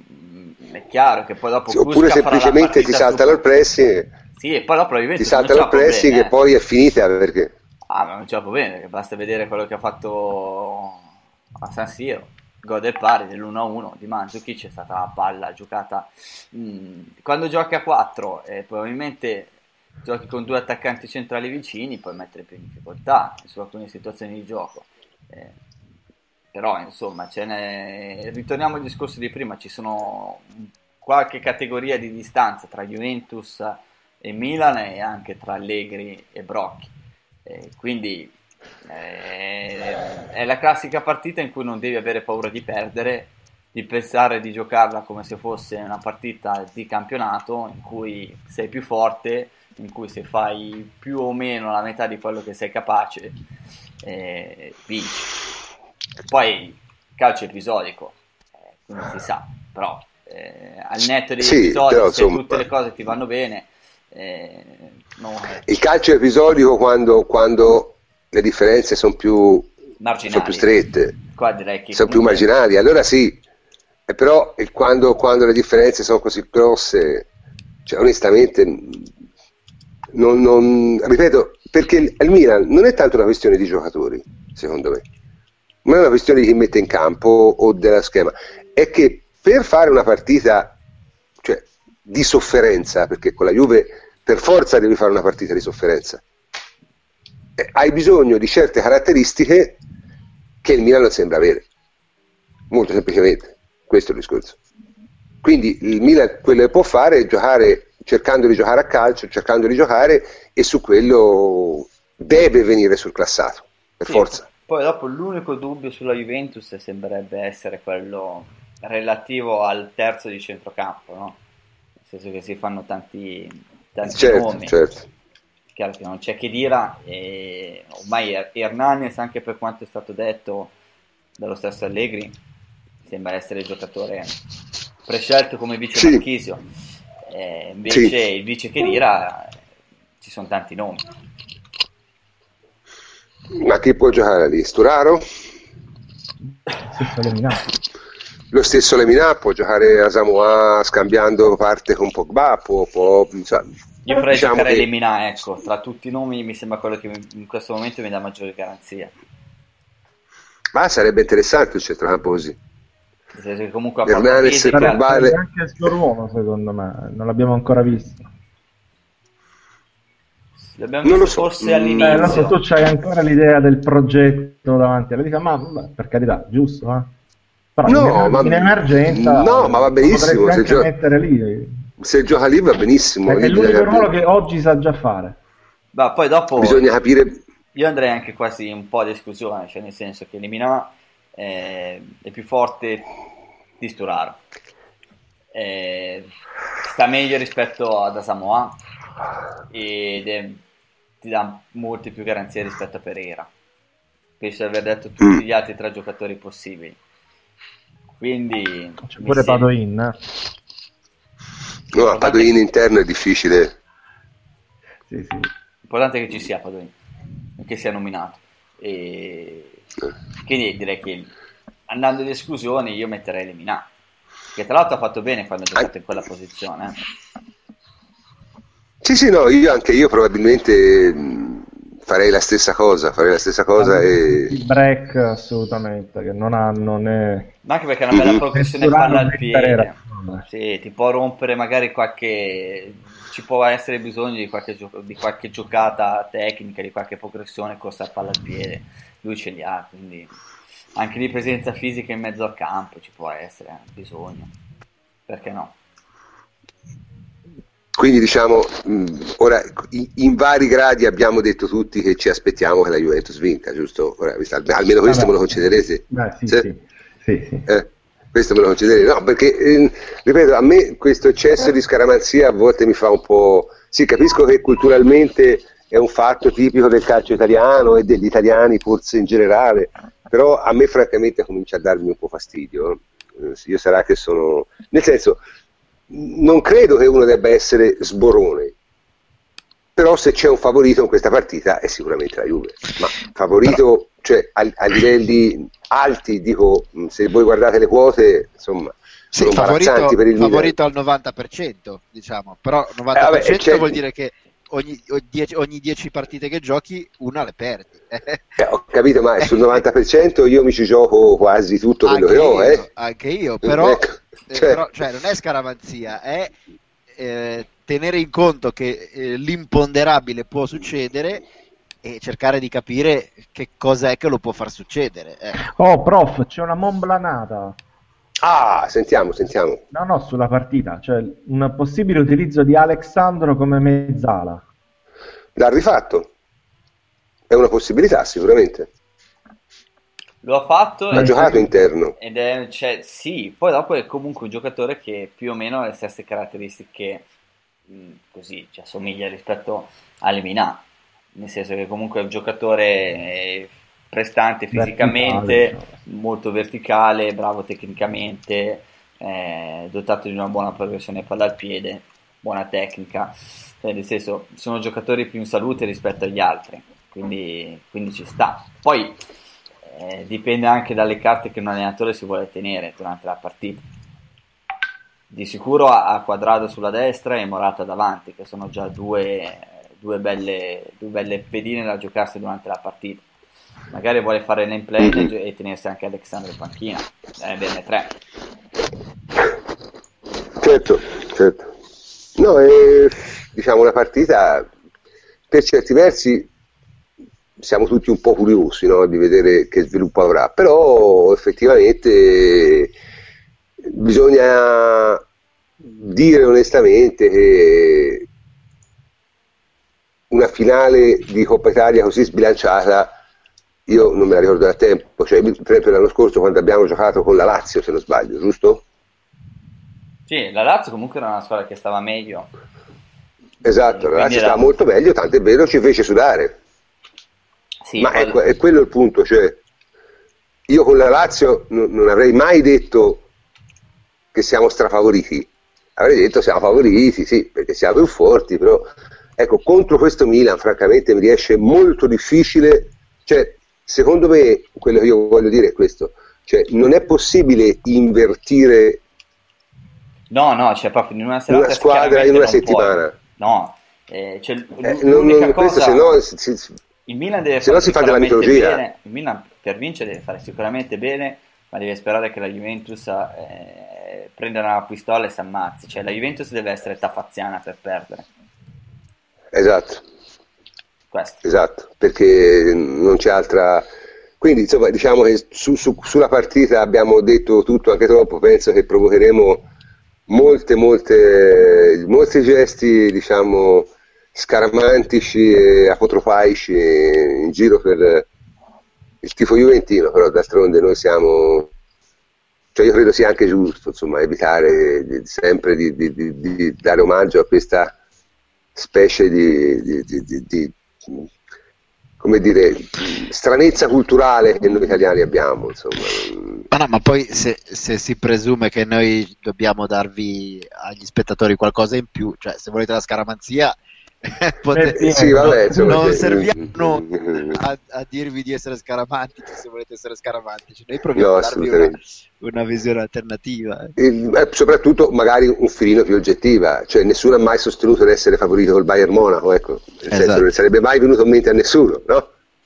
Speaker 3: è chiaro che poi dopo
Speaker 1: Sì, oppure
Speaker 3: Kuška farà la
Speaker 1: semplicemente ti
Speaker 3: partita
Speaker 1: saltano
Speaker 3: su-
Speaker 1: il pressing,
Speaker 3: sì, e poi dopo la
Speaker 1: ti
Speaker 3: Juventus non
Speaker 1: saltano
Speaker 3: c'ha
Speaker 1: il pressing
Speaker 3: problemi,
Speaker 1: e
Speaker 3: eh.
Speaker 1: poi è finita perché
Speaker 3: Ah, ma non c'è problema, perché basta vedere quello che ha fatto a San Siro, gol del pari dell'uno a uno di Mandzukic, è stata la palla giocata. mh, quando giochi a quattro e probabilmente giochi con due attaccanti centrali vicini, puoi mettere più in difficoltà su alcune situazioni di gioco. Eh, però insomma, ce n'è... ritorniamo al discorso di prima, ci sono qualche categoria di distanza tra Juventus e Milan e anche tra Allegri e Brocchi. Eh, quindi eh, è la classica partita in cui non devi avere paura di perdere, di pensare di giocarla come se fosse una partita di campionato in cui sei più forte, in cui se fai più o meno la metà di quello che sei capace, eh, vinci. Poi calcio episodico, eh, quindi si sa, però eh, al netto degli
Speaker 1: Sì,
Speaker 3: episodi,
Speaker 1: però,
Speaker 3: se
Speaker 1: insomma,
Speaker 3: tutte le cose ti vanno bene, eh, no,
Speaker 1: il calcio è episodico quando, quando le differenze sono più,
Speaker 3: marginali.
Speaker 1: sono più strette,
Speaker 3: Qua direi che
Speaker 1: sono più
Speaker 3: comunque-
Speaker 1: marginali, allora sì. E però il quando, quando le differenze sono così grosse, cioè onestamente, non, non- ripeto, perché il il Milan non è tanto una questione di giocatori, secondo me, non è una questione di chi mette in campo o della schema, è che per fare una partita, cioè, di sofferenza, perché con la Juve per forza devi fare una partita di sofferenza, eh, hai bisogno di certe caratteristiche che il Milan non sembra avere, molto semplicemente, questo è il discorso. Quindi il Milan quello che può fare è giocare, cercando di giocare a calcio, cercando di giocare, e su quello deve venire surclassato, per
Speaker 3: Sì,
Speaker 1: forza.
Speaker 3: Poi dopo l'unico dubbio sulla Juventus sembrerebbe essere quello relativo al terzo di centrocampo, no? Nel senso che si fanno tanti, tanti
Speaker 1: Certo,
Speaker 3: nomi.
Speaker 1: certo.
Speaker 3: Chiaro che non c'è che dire, e ormai Hernanes, anche per quanto è stato detto dallo stesso Allegri, sembra essere il giocatore prescelto come vice
Speaker 1: Sì.
Speaker 3: Marchisio. Eh, invece
Speaker 1: Sì.
Speaker 3: il vice Khedira, eh, ci sono tanti nomi.
Speaker 1: Ma chi può giocare lì? Sturaro?
Speaker 2: Stesso eliminato.
Speaker 1: Lo stesso Lemina può giocare a Samoa scambiando parte con Pogba, può, può, cioè,
Speaker 3: Io farei
Speaker 1: diciamo
Speaker 3: giocare
Speaker 1: che-
Speaker 3: Lemina, ecco, tra tutti i nomi mi sembra quello che mi- in questo momento mi dà maggiore garanzia.
Speaker 1: ma sarebbe interessante il centrocampo così.
Speaker 3: nel senso che comunque a forza
Speaker 1: Hernanes
Speaker 3: fisica
Speaker 1: per Vale-
Speaker 2: Sarebbe anche il suo ruolo, secondo me, non l'abbiamo ancora visto.
Speaker 3: l'abbiamo
Speaker 1: Non lo
Speaker 3: visto
Speaker 1: so.
Speaker 3: forse
Speaker 1: Mm.
Speaker 3: all'inizio.
Speaker 2: Eh, lo so, tu c'hai ancora l'idea del progetto davanti alla vita, ma ma, per carità, giusto, eh? Però in,
Speaker 1: No,
Speaker 2: emer-
Speaker 1: ma-
Speaker 2: in emergenza
Speaker 1: no, ma va
Speaker 2: lo
Speaker 1: benissimo,
Speaker 2: potresti
Speaker 1: se
Speaker 2: anche
Speaker 1: gio-
Speaker 2: mettere lì.
Speaker 1: Se gioca lì va benissimo.
Speaker 2: È
Speaker 1: lì
Speaker 2: l'unico
Speaker 1: bisogna,
Speaker 2: ruolo che oggi sa già fare.
Speaker 3: Ma poi dopo
Speaker 1: bisogna capire.
Speaker 3: io andrei anche quasi un po' di esclusione, cioè nel senso che Lemina eh, è più forte di Sturaro, eh, sta meglio rispetto ad Asamoah ed è, ti dà molte più garanzie rispetto a Pereira. Penso di aver detto tutti
Speaker 1: Mm.
Speaker 3: gli altri tre giocatori possibili, quindi
Speaker 2: C'è
Speaker 3: mi
Speaker 2: pure
Speaker 3: sembra-
Speaker 2: Padoin, eh.
Speaker 1: No, a Padoin interno è difficile.
Speaker 2: Sì, sì.
Speaker 3: l'importante è che ci sia Padoin, che sia nominato, e quindi direi che andando di esclusioni io metterei Lemina, che tra l'altro ha fatto bene quando ha giocato in quella posizione, eh.
Speaker 1: Sì, sì, no, io anche io probabilmente mh, farei la stessa cosa, farei la stessa cosa e
Speaker 2: Il break assolutamente, che non ha, non è...
Speaker 3: Ma anche perché è una bella
Speaker 1: Mhm.
Speaker 3: progressione
Speaker 2: Sturaro
Speaker 3: palla al
Speaker 2: per
Speaker 3: piede.
Speaker 2: Pereira.
Speaker 3: Sì, ti può rompere magari qualche, ci può essere bisogno di qualche, gio- di qualche giocata tecnica, di qualche progressione con sta palla al piede, lui ce li ha, quindi anche di presenza fisica in mezzo al campo ci può essere eh, bisogno, perché no?
Speaker 1: quindi diciamo, mh, ora in, in vari gradi abbiamo detto tutti che ci aspettiamo che la Juventus vinca, giusto? Ora, almeno questo me lo concederete?
Speaker 2: Beh, sì,
Speaker 1: Sì?
Speaker 2: sì, sì, sì.
Speaker 1: Eh, questo me lo concederete? No, perché eh, ripeto, a me questo eccesso di scaramanzia a volte mi fa un po'... Sì, capisco che culturalmente è un fatto tipico del calcio italiano e degli italiani forse in generale, però a me francamente comincia a darmi un po' fastidio. Eh, io sarà che sono... Nel senso, non credo che uno debba essere sborone, però se c'è un favorito in questa partita è sicuramente la Juve, ma favorito, cioè a, a livelli alti, dico, se voi guardate le quote, insomma,
Speaker 5: Sì,
Speaker 1: sono
Speaker 5: favorito,
Speaker 1: imbarazzanti per il Milan.
Speaker 5: favorito al novanta per cento, diciamo, però novanta per cento
Speaker 1: Eh, vabbè, c'è-
Speaker 5: vuol dire che ogni, ogni dieci, ogni dieci partite che giochi, una le perdi.
Speaker 1: Eh, ho capito, ma sul novanta per cento io mi ci gioco quasi tutto quello
Speaker 5: anche
Speaker 1: che ho,
Speaker 5: io,
Speaker 1: eh.
Speaker 5: anche io, però,
Speaker 1: Ecco,
Speaker 5: eh,
Speaker 1: cioè-
Speaker 5: però, cioè, non è scaramanzia, è eh, tenere in conto che eh, l'imponderabile può succedere e cercare di capire che cosa è che lo può far succedere. eh.
Speaker 2: Oh, prof, c'è una momblanata.
Speaker 1: Ah, sentiamo, sentiamo.
Speaker 2: No, no, sulla partita, cioè un possibile utilizzo di Alexandro come mezzala.
Speaker 1: L'ha rifatto. È una possibilità, sicuramente.
Speaker 3: Lo ha fatto
Speaker 1: Ha
Speaker 2: Eh,
Speaker 1: giocato
Speaker 2: sì.
Speaker 1: interno.
Speaker 3: ed è, cioè, sì, poi dopo è comunque un giocatore che più o meno ha le stesse caratteristiche, mh, così, ci assomiglia rispetto a Lemina, nel senso che comunque è un giocatore eh, prestante fisicamente,
Speaker 2: Verticale,
Speaker 3: molto verticale, bravo tecnicamente, eh, dotato di una buona progressione palla al piede, buona tecnica, eh, nel senso sono giocatori più in salute rispetto agli altri, quindi, quindi ci sta. Poi eh, dipende anche dalle carte che un allenatore si vuole tenere durante la partita. Di sicuro ha ha Quadrado sulla destra e Morata davanti, che sono già due, due, belle, due belle pedine da giocarsi durante la partita. Magari vuole fare lane play e gio- e tenersi anche Alexandro in panchina, eh, bene tre.
Speaker 1: Certo, certo. No, è, diciamo una partita, per certi versi siamo tutti un po' curiosi, no, di vedere che sviluppo avrà, però effettivamente bisogna dire onestamente che una finale di Coppa Italia così sbilanciata io non me la ricordo da tempo, cioè per esempio l'anno scorso quando abbiamo giocato con la Lazio, se non sbaglio, giusto?
Speaker 3: Sì, la Lazio comunque era una squadra che stava meglio.
Speaker 1: Esatto, la
Speaker 3: Quindi
Speaker 1: Lazio
Speaker 3: era-
Speaker 1: stava molto meglio, tant'è vero ci fece sudare.
Speaker 3: Sì,
Speaker 1: Ma
Speaker 3: poi-
Speaker 1: è, que- è quello il punto, cioè io con la Lazio non, non avrei mai detto che siamo strafavoriti, avrei detto siamo favoriti, sì, perché siamo più forti, però ecco, contro questo Milan francamente mi riesce molto difficile, cioè secondo me quello che io voglio dire è questo, cioè non è possibile invertire
Speaker 3: No, no, cioè proprio in una serata
Speaker 1: una squadra
Speaker 3: chiaramente
Speaker 1: in una
Speaker 3: non puoi.
Speaker 1: settimana.
Speaker 3: No, eh, cioè, l-
Speaker 1: Eh,
Speaker 3: l'unica
Speaker 1: non- non- questo
Speaker 3: cosa...
Speaker 1: se no si- si-
Speaker 3: Il Milan deve
Speaker 1: se no
Speaker 3: fare
Speaker 1: si fa della
Speaker 3: sicuramente
Speaker 1: mitologia.
Speaker 3: bene, il Milan per vincere deve fare sicuramente bene ma devi sperare che la Juventus eh, prenda una pistola e si ammazzi, cioè la Juventus deve essere tafaziana per perdere.
Speaker 1: Esatto,
Speaker 3: Questo.
Speaker 1: esatto, perché non c'è altra. Quindi insomma diciamo che su, su, sulla partita abbiamo detto tutto, anche troppo. Penso che provocheremo molte, molte, molti gesti, diciamo, scaramantici e apotropaici in giro per il tifo juventino, però d'altronde noi siamo, cioè io credo sia anche giusto, insomma, evitare di, sempre di, di, di, di dare omaggio a questa specie di, di, di, di, di come dire, stranezza culturale che noi italiani abbiamo, insomma.
Speaker 5: Ma no, ma poi se, se si presume che noi dobbiamo darvi agli spettatori qualcosa in più, cioè se volete la scaramanzia potete,
Speaker 1: eh, sì, vabbè, insomma,
Speaker 5: non
Speaker 1: che,
Speaker 5: serviamo a, a dirvi di essere scaramantici se volete essere scaramantici, noi proviamo
Speaker 1: no,
Speaker 5: a darvi una, una visione alternativa.
Speaker 1: E, eh, soprattutto magari un filino più oggettiva, cioè nessuno ha mai sostenuto di essere favorito col Bayern Monaco, ecco, nel
Speaker 5: Esatto.
Speaker 1: senso non sarebbe mai venuto in mente a nessuno, no?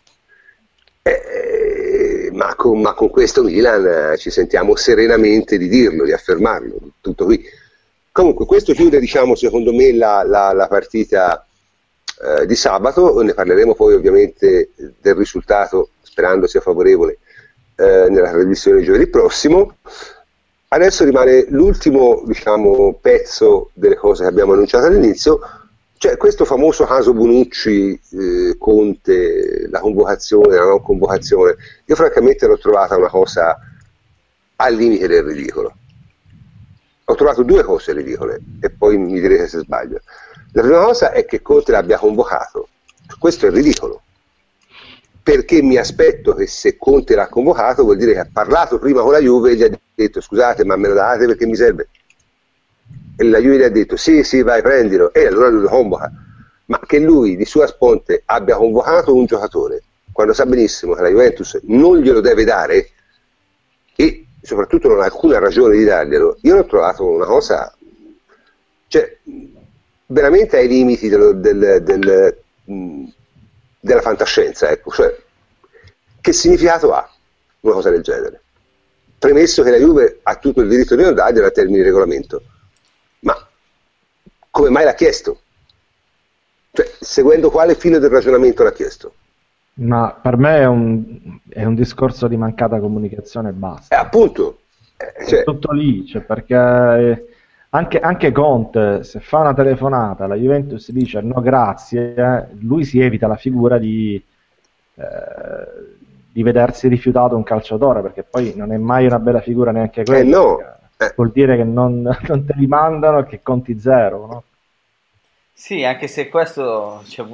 Speaker 1: Eh, ma, con, ma con questo Milan eh, ci sentiamo serenamente di dirlo, di affermarlo, tutto qui. Comunque questo chiude, diciamo, secondo me la, la, la partita eh, di sabato. Ne parleremo poi ovviamente del risultato, sperando sia favorevole, eh, nella trasmissione di giovedì prossimo. Adesso rimane l'ultimo, diciamo, pezzo delle cose che abbiamo annunciato all'inizio, cioè questo famoso caso Bonucci, eh, Conte, la convocazione, la non convocazione. Io francamente l'ho trovata una cosa al limite del ridicolo. Ho trovato due cose ridicole e poi mi direte se sbaglio. La prima cosa è che Conte l'abbia convocato, questo è ridicolo, perché mi aspetto che se Conte l'ha convocato vuol dire che ha parlato prima con la Juve e gli ha detto scusate ma me lo date perché mi serve, e la Juve gli ha detto sì sì vai prendilo, e allora lui lo convoca. Ma che lui di sua sponte abbia convocato un giocatore quando sa benissimo che la Juventus non glielo deve dare e soprattutto non ha alcuna ragione di darglielo, io l'ho trovato una cosa, cioè veramente ai limiti dello, del, del, mh, della fantascienza, ecco. Cioè, che significato ha una cosa del genere? Premesso che la Juve ha tutto il diritto di non darglielo a termini di regolamento, ma come mai l'ha chiesto? Cioè, seguendo quale filo del ragionamento l'ha chiesto?
Speaker 2: Ma per me è un, è un discorso di mancata comunicazione e basta.
Speaker 1: Eh, appunto. Eh, cioè,
Speaker 2: è tutto lì, cioè, perché anche, anche Conte, se fa una telefonata, la Juventus dice no grazie, lui si evita la figura di, eh, di vedersi rifiutato un calciatore, perché poi non è mai una bella figura neanche quella.
Speaker 1: Eh no. Eh.
Speaker 2: Vuol dire che non, non te li mandano e che conti zero, no?
Speaker 3: Sì, anche se questo... Cioè,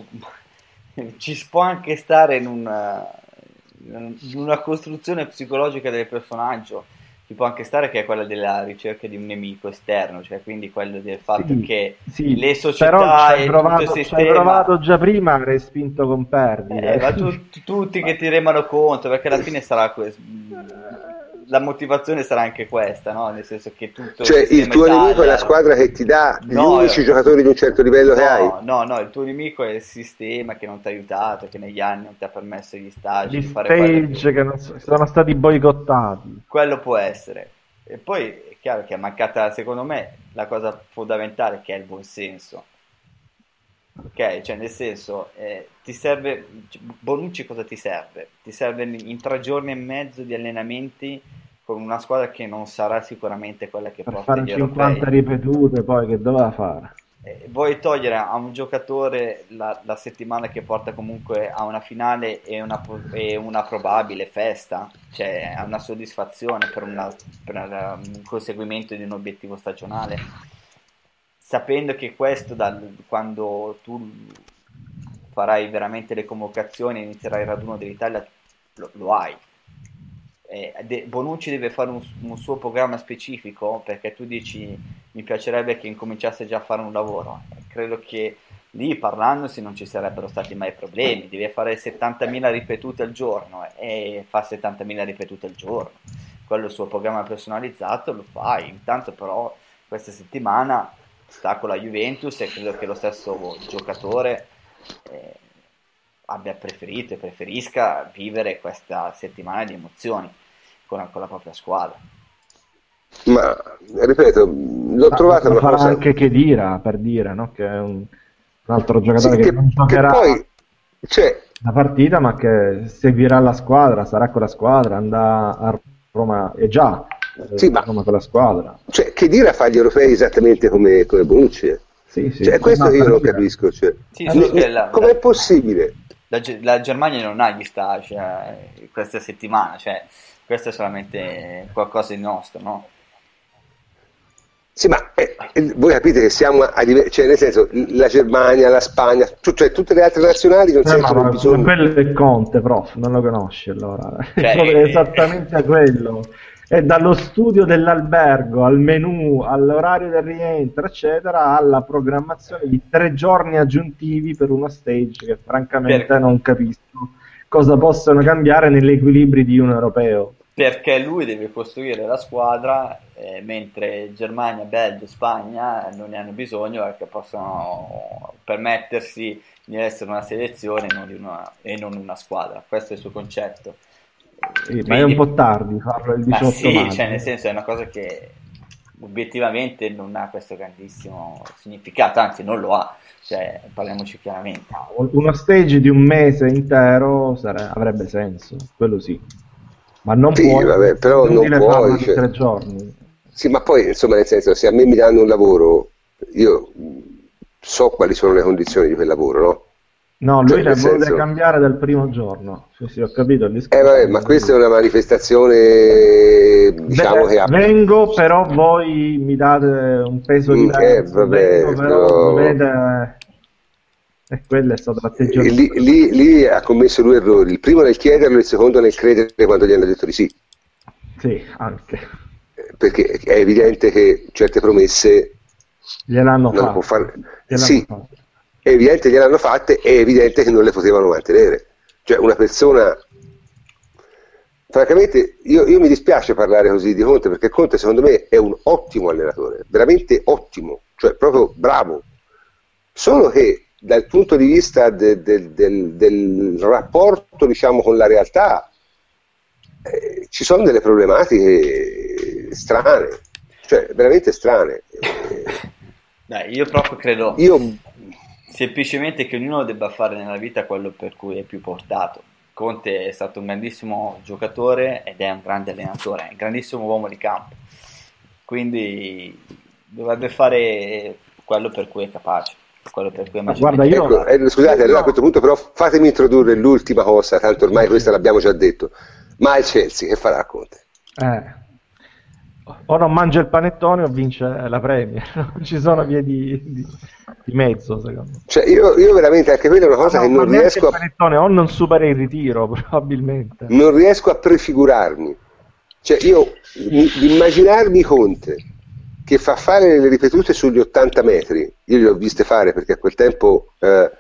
Speaker 3: ci può anche stare in una, in una costruzione psicologica del personaggio, ci può anche stare che è quella della ricerca di un nemico esterno, cioè quindi quello del fatto
Speaker 2: sì,
Speaker 3: che
Speaker 2: sì,
Speaker 3: le società
Speaker 2: però ci hai
Speaker 3: e
Speaker 2: provato,
Speaker 3: tutto il
Speaker 2: ci hai
Speaker 3: sistema
Speaker 2: provato già prima, avrei spinto con perdite.
Speaker 3: eh, ma tu, tu- tutti che ti remano conto, perché alla fine sarà questo, la motivazione sarà anche questa, no? Nel senso che tutto
Speaker 1: cioè
Speaker 3: il
Speaker 1: il tuo
Speaker 3: sistema
Speaker 1: nemico è la
Speaker 3: Italia-
Speaker 1: squadra che ti dà gli
Speaker 3: No,
Speaker 1: unici
Speaker 3: eh.
Speaker 1: giocatori di un certo livello che hai.
Speaker 3: No, no, no, il tuo nemico è il sistema che non ti ha aiutato, che negli anni non ti ha permesso gli stage,
Speaker 2: Gli
Speaker 3: di fare quello
Speaker 2: stage
Speaker 3: che...
Speaker 2: che non so- sono stati boicottati.
Speaker 3: Quello può essere. E poi è chiaro che è mancata, secondo me, la cosa fondamentale che è il buonsenso. Ok, cioè nel senso, eh, ti serve, Bonucci cosa ti serve? Ti serve in tre giorni e mezzo di allenamenti con una squadra che non sarà sicuramente quella che
Speaker 2: Per
Speaker 3: porta
Speaker 2: fare
Speaker 3: gli
Speaker 2: cinquanta
Speaker 3: europei.
Speaker 2: ripetute poi che doveva fare?
Speaker 3: Eh, vuoi togliere a un giocatore la, la settimana che porta comunque a una finale e una, po- e una probabile festa, cioè a una soddisfazione per, una, per una- un conseguimento di un obiettivo stagionale, sapendo che questo dal- quando tu farai veramente le convocazioni e inizierai il raduno dell'Italia lo, lo hai. Eh, de- Bonucci deve fare un, un suo programma specifico, perché tu dici mi piacerebbe che incominciasse già a fare un lavoro. Credo che lì parlandosi non ci sarebbero stati mai problemi. Deve fare settantamila ripetute al giorno e fa settantamila ripetute al giorno, quello è il suo programma personalizzato, lo fai. Intanto però questa settimana sta con la Juventus e credo che lo stesso giocatore eh, abbia preferito e preferisca vivere questa settimana di emozioni. con, con la propria squadra.
Speaker 1: Ma ripeto, l'ho
Speaker 2: Ma
Speaker 1: trovata
Speaker 2: lo
Speaker 1: una
Speaker 2: farà
Speaker 1: cosa.
Speaker 2: anche Khedira, per dire, no? Che è un, un altro
Speaker 1: Sì,
Speaker 2: giocatore che,
Speaker 1: che,
Speaker 2: non
Speaker 1: che
Speaker 2: giocherà
Speaker 1: poi, cioè,
Speaker 2: la partita, ma che seguirà la squadra, sarà con la squadra, andrà a Roma, è già
Speaker 1: sì,
Speaker 2: eh, a
Speaker 1: ma
Speaker 2: Roma con la squadra.
Speaker 1: cioè, che dire a fare gli europei esattamente come, come Bonucci? eh?
Speaker 2: Sì, sì,
Speaker 1: Cioè, è questo
Speaker 2: no,
Speaker 1: che io
Speaker 2: per
Speaker 1: non
Speaker 2: dire.
Speaker 1: capisco. Cioè,
Speaker 3: Sì,
Speaker 2: Eh,
Speaker 3: solo
Speaker 1: mi-
Speaker 3: che
Speaker 1: mi-
Speaker 3: la,
Speaker 1: com'è
Speaker 3: la-
Speaker 1: possibile?
Speaker 3: la Ge- la Germania non ha gli stage eh, questa settimana, cioè questo è solamente qualcosa di nostro, no?
Speaker 1: Sì, ma eh, eh, voi capite che siamo a, livello, cioè nel senso, la Germania, la Spagna, tu- cioè tutte le altre nazionali non
Speaker 2: Eh, ma,
Speaker 1: sentono
Speaker 2: ma
Speaker 1: bisogno.
Speaker 2: quello è Conte, prof, non lo conosci allora. È
Speaker 3: Cioè,
Speaker 2: proprio
Speaker 3: eh,
Speaker 2: esattamente quello. È dallo studio dell'albergo al menù, all'orario del rientro, eccetera, alla programmazione di tre giorni aggiuntivi per uno stage che francamente
Speaker 3: per-
Speaker 2: non capisco cosa possono cambiare negli equilibri di un europeo.
Speaker 3: perché lui deve costruire la squadra, eh, mentre Germania, Belgio, Spagna non ne hanno bisogno perché possono permettersi di essere una selezione e non, di una, e non una squadra. Questo è il suo concetto.
Speaker 2: Sì, ma è
Speaker 3: Quindi,
Speaker 2: un po' tardi farlo il
Speaker 3: ma
Speaker 2: diciotto
Speaker 3: sì,
Speaker 2: maggio.
Speaker 3: cioè nel senso è una cosa che obiettivamente non ha questo grandissimo significato, anzi non lo ha, cioè parliamoci chiaramente.
Speaker 2: Uno stage di un mese intero sare- avrebbe senso, quello sì. Ma non
Speaker 1: Sì,
Speaker 2: puoi,
Speaker 1: vabbè,
Speaker 2: è
Speaker 1: però non
Speaker 2: inutile farlo
Speaker 1: puoi.
Speaker 2: in
Speaker 1: Cioè.
Speaker 2: tre giorni.
Speaker 1: Sì, ma poi, insomma, nel senso, se a me mi danno un lavoro, io mh, so quali sono le condizioni di quel lavoro, no?
Speaker 2: No,
Speaker 1: Cioè,
Speaker 2: lui le
Speaker 1: nel
Speaker 2: vuole
Speaker 1: senso,
Speaker 2: cambiare dal primo giorno. Sì, sì, ho capito il
Speaker 1: eh
Speaker 2: discorso.
Speaker 1: vabbè, ma questa è una manifestazione, diciamo
Speaker 2: Beh,
Speaker 1: che ha...
Speaker 2: vengo, però voi mi date un peso
Speaker 1: Mm, eh,
Speaker 2: diverso. Vengo,
Speaker 1: vabbè,
Speaker 2: però
Speaker 1: però...
Speaker 2: dovete. E quello è stato
Speaker 1: E
Speaker 2: l'atteggiamento.
Speaker 1: lì, lì- lì ha commesso due errori, il primo nel chiederlo, il secondo nel credere quando gli hanno detto di sì.
Speaker 2: Sì, anche.
Speaker 1: Perché è evidente che certe promesse
Speaker 2: Gliel'hanno
Speaker 1: non le può
Speaker 2: fatto.
Speaker 1: fare.
Speaker 2: Gliel'hanno
Speaker 1: Sì,
Speaker 2: fatto.
Speaker 1: è evidente che gliel'hanno fatte, è evidente che non le potevano mantenere. Cioè una persona, francamente, io, io mi dispiace parlare così di Conte, perché Conte secondo me è un ottimo allenatore, veramente ottimo, cioè proprio bravo. Solo che dal punto di vista de- de- del, del rapporto, diciamo, con la realtà, eh, ci sono delle problematiche strane, cioè veramente strane. Eh,
Speaker 3: Dai, io proprio credo
Speaker 1: io
Speaker 3: semplicemente che ognuno debba fare nella vita quello per cui è più portato. Conte è stato un grandissimo giocatore ed è un grande allenatore, è un grandissimo uomo di campo, quindi dovrebbe fare quello per cui è capace, quello per cui è
Speaker 2: Ma guarda,
Speaker 3: maggiormente
Speaker 2: io-
Speaker 1: Ecco,
Speaker 3: preparato.
Speaker 1: eh, scusate,
Speaker 2: io-
Speaker 1: allora a questo punto però fatemi introdurre l'ultima cosa, tanto ormai questa l'abbiamo già detto. Ma il Chelsea che farà Conte?
Speaker 2: Eh. O non mangia il panettone o vince la Premier. Non ci sono vie di, di- di mezzo, secondo me.
Speaker 1: Cioè io, io veramente anche quella è una
Speaker 2: Ah,
Speaker 1: cosa
Speaker 2: no,
Speaker 1: che
Speaker 2: ma
Speaker 1: non
Speaker 2: neanche
Speaker 1: riesco
Speaker 2: il
Speaker 1: a,
Speaker 2: panettone, o non supera il ritiro, probabilmente.
Speaker 1: non riesco a prefigurarmi. Cioè io mi- immaginarmi Conte che fa fare le ripetute sugli ottanta metri, io le ho viste fare perché a quel tempo eh,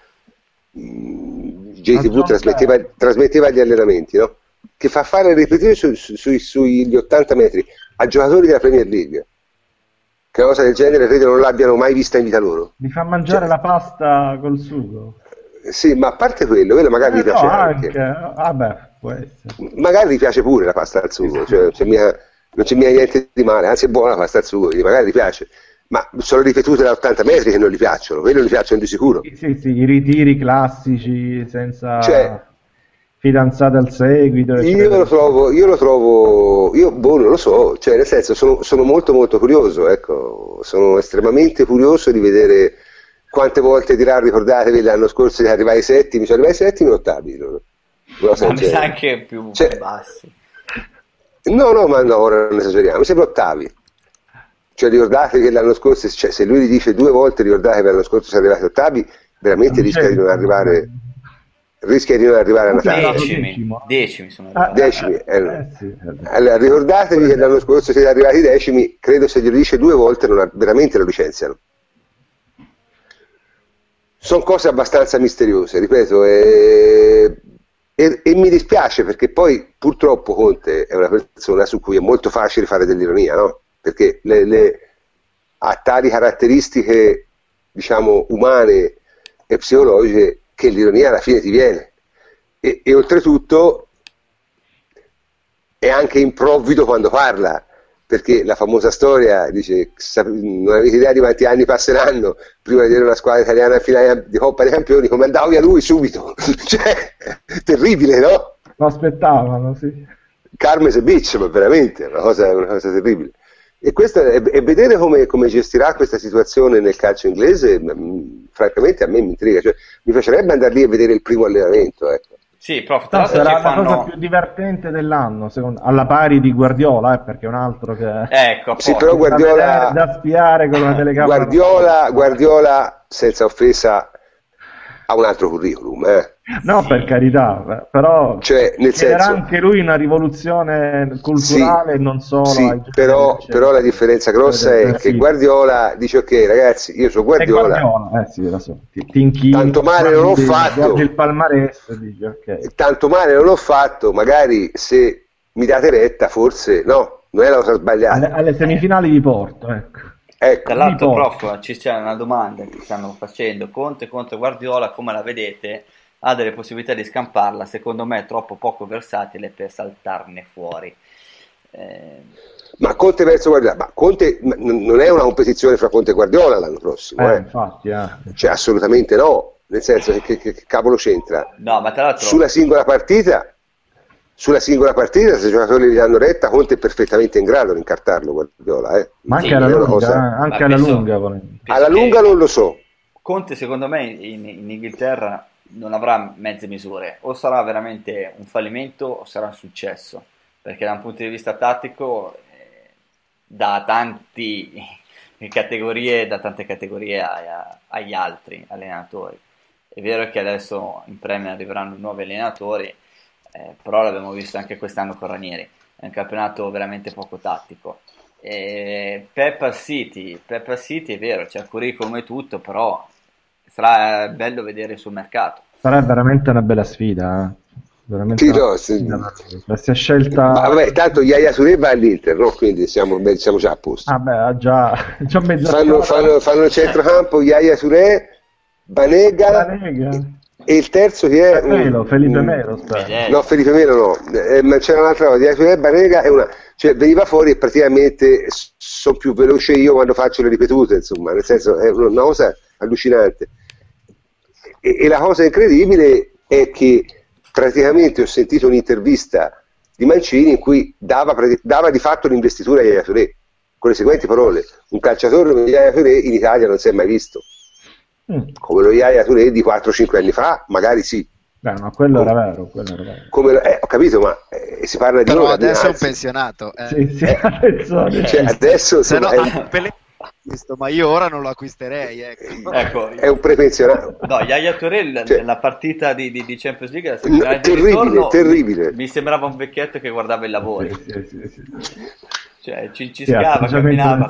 Speaker 1: mh, J T V
Speaker 2: John
Speaker 1: trasmetteva,
Speaker 2: Terry.
Speaker 1: trasmetteva gli allenamenti, no? Che fa fare le ripetute su- su- sui- sugli ottanta metri a giocatori della Premier League, che una cosa del genere credo non l'abbiano mai vista in vita loro.
Speaker 2: Mi fa mangiare
Speaker 1: Cioè,
Speaker 2: la pasta col sugo.
Speaker 1: sì, ma a parte quello, quello magari
Speaker 2: Eh,
Speaker 1: mi
Speaker 2: no,
Speaker 1: piace anche.
Speaker 2: anche. Vabbè, può essere.
Speaker 1: Magari gli piace pure la pasta al sugo, cioè, non c'è mica, non c'è mica niente di male, anzi è buona la pasta al sugo, quindi magari gli piace, ma sono ripetute da ottanta metri che non gli piacciono, quello gli piacciono di sicuro.
Speaker 2: Sì, sì, sì, i ritiri classici senza
Speaker 1: Cioè,
Speaker 2: fidanzate al seguito,
Speaker 1: io
Speaker 2: eccetera.
Speaker 1: lo trovo, io lo trovo, io boh, non lo so, cioè nel senso sono, sono molto molto curioso, ecco, sono estremamente curioso di vedere quante volte dirà, ricordatevi l'anno scorso di arrivare ai settimi, cioè arrivare ai settimi o ottavi, no? Una cosa
Speaker 3: Ma
Speaker 1: del
Speaker 3: mi sa
Speaker 1: genere.
Speaker 3: anche più
Speaker 1: Cioè,
Speaker 3: bassi.
Speaker 1: no, no, ma no, ora non esageriamo, mi sembra ottavi. Cioè ricordatevi che l'anno scorso, cioè, se lui gli dice due volte ricordatevi che l'anno scorso siamo arrivati ottavi, veramente
Speaker 2: Non
Speaker 1: rischia di non
Speaker 2: c'è-
Speaker 1: arrivare, rischia di non arrivare a
Speaker 2: Comunque è
Speaker 1: Natale.
Speaker 2: arrivato
Speaker 3: Decimi,
Speaker 2: decimo.
Speaker 3: decimi sono
Speaker 2: Ah,
Speaker 3: arrivati.
Speaker 1: Decimi, eh.
Speaker 2: eh, sì, eh.
Speaker 1: Allora, ricordatevi che l'anno scorso siete arrivati decimi, credo se glielo dice due volte non, veramente lo licenziano. Sono cose abbastanza misteriose, ripeto, e, e, e mi dispiace perché poi purtroppo Conte è una persona su cui è molto facile fare dell'ironia, no? Perché le, le, ha tali caratteristiche, diciamo, umane e psicologiche che l'ironia alla fine ti viene. E, e oltretutto è anche improvvido quando parla, perché la famosa storia dice: non avete idea di quanti anni passeranno prima di vedere una squadra italiana in finale di Coppa dei Campioni, come andava via lui subito. Cioè, terribile, no?
Speaker 2: Lo aspettavano, sì.
Speaker 1: Carmes e Beach, ma veramente una cosa, una cosa terribile. E, questo, e, e vedere come, come gestirà questa situazione nel calcio inglese, mh, francamente a me mi intriga. Cioè, mi piacerebbe andare lì e vedere il primo allenamento, ecco.
Speaker 3: Sì, prof,
Speaker 2: No, sarà
Speaker 3: ci fanno...
Speaker 2: la cosa più divertente dell'anno, secondo... alla pari di Guardiola, eh, perché è un altro che...
Speaker 3: Ecco,
Speaker 1: sì, però Guardiola...
Speaker 2: Da, da spiare con una telecamera.
Speaker 1: Guardiola, Guardiola, senza offesa, ha un altro curriculum, eh.
Speaker 2: No, sì, per carità, però
Speaker 1: cioè, nel
Speaker 2: era
Speaker 1: senso,
Speaker 2: anche lui una rivoluzione culturale,
Speaker 1: sì,
Speaker 2: non solo
Speaker 1: sì,
Speaker 2: ai
Speaker 1: però, però la differenza grossa è che Guardiola dice: ok ragazzi, io sono Guardiola,
Speaker 2: Guardiola eh sì, lo so. ti, ti inchini,
Speaker 1: tanto male non ho fatto,
Speaker 2: guardi il palmarès, dici, okay.
Speaker 1: tanto male non ho fatto, magari se mi date retta forse no, non è la cosa sbagliata.
Speaker 2: Alle, alle semifinali di Porto, ecco.
Speaker 1: Ecco,
Speaker 3: tra l'altro, prof, ci c'è una domanda che stanno facendo: Conte contro Guardiola, come la vedete? Ha delle possibilità di scamparla? Secondo me è troppo poco versatile per saltarne fuori. Eh...
Speaker 1: Ma Conte verso Guardiola, ma Conte non è una competizione fra Conte e Guardiola l'anno prossimo,
Speaker 2: eh,
Speaker 1: eh.
Speaker 2: Infatti, eh.
Speaker 1: Cioè assolutamente no, nel senso che, che, che cavolo c'entra?
Speaker 3: No, ma tra l'altro...
Speaker 1: Sulla singola partita, sulla singola partita, se i giocatori gli danno retta, Conte è perfettamente in grado di incartarlo Guardiola, eh.
Speaker 2: Ma anche
Speaker 3: sì,
Speaker 2: alla lunga,
Speaker 1: cosa...
Speaker 2: anche
Speaker 3: ma
Speaker 2: alla
Speaker 3: penso,
Speaker 2: lunga.
Speaker 3: Penso
Speaker 1: alla lunga non lo so.
Speaker 3: Conte secondo me in, in Inghilterra non avrà mezze misure, o sarà veramente un fallimento o sarà un successo, perché da un punto di vista tattico eh, da tanti categorie, da tante categorie ai, agli altri allenatori. È vero che adesso in Premier arriveranno nuovi allenatori, eh, però l'abbiamo visto anche quest'anno con Ranieri, è un campionato veramente poco tattico. E Peppa City, Peppa City è vero, c'è il curriculum e tutto, però sarà bello vedere sul mercato.
Speaker 2: Sarà veramente una bella sfida, eh? Veramente
Speaker 1: sì,
Speaker 2: una
Speaker 1: no,
Speaker 2: sfida.
Speaker 1: sì.
Speaker 2: Si è scelta.
Speaker 1: Ma vabbè, tanto Yaya Touré va all'Inter, no? Quindi siamo, siamo già a posto.
Speaker 2: Ah, beh, ha già, già mezza
Speaker 1: fanno, fanno, fanno il centrocampo Yaya Touré, Banega,
Speaker 2: Banega
Speaker 1: e il terzo che è
Speaker 2: Melo,
Speaker 1: un,
Speaker 2: Felipe
Speaker 1: un,
Speaker 2: Melo, sta.
Speaker 1: no Felipe Melo no, eh, ma c'era un'altra cosa, Yaya Touré, Banega e una, cioè veniva fuori e praticamente sono più veloce io quando faccio le ripetute, insomma, nel senso è una cosa allucinante. E, e la cosa incredibile è che praticamente ho sentito un'intervista di Mancini in cui dava, dava di fatto l'investitura a Yaya Touré con le seguenti parole: un calciatore come Yaya Touré in Italia non si è mai visto, mm. come lo Yaya Touré di quattro cinque anni fa, magari sì.
Speaker 2: Beh, ma quello come, era vero, quello era vero.
Speaker 1: Come, eh, ho capito, ma eh, si parla di
Speaker 5: però
Speaker 1: ora,
Speaker 5: adesso
Speaker 1: di
Speaker 5: è un pensionato. Eh.
Speaker 2: Sì, sì,
Speaker 1: eh,
Speaker 2: adesso,
Speaker 1: cioè, adesso
Speaker 5: se
Speaker 1: insomma,
Speaker 5: no,
Speaker 1: è...
Speaker 5: per questo, ma io ora non lo acquisterei, ecco.
Speaker 3: Ecco,
Speaker 1: è un prepensionato.
Speaker 3: No, Yaya Touré cioè, nella partita di, di, di Champions League
Speaker 1: no, terribile, ritorno, terribile.
Speaker 3: Mi sembrava un vecchietto che guardava i lavori.
Speaker 2: Sì, sì, sì, sì.
Speaker 3: Cioè cinciscava,
Speaker 2: sì,
Speaker 3: camminava,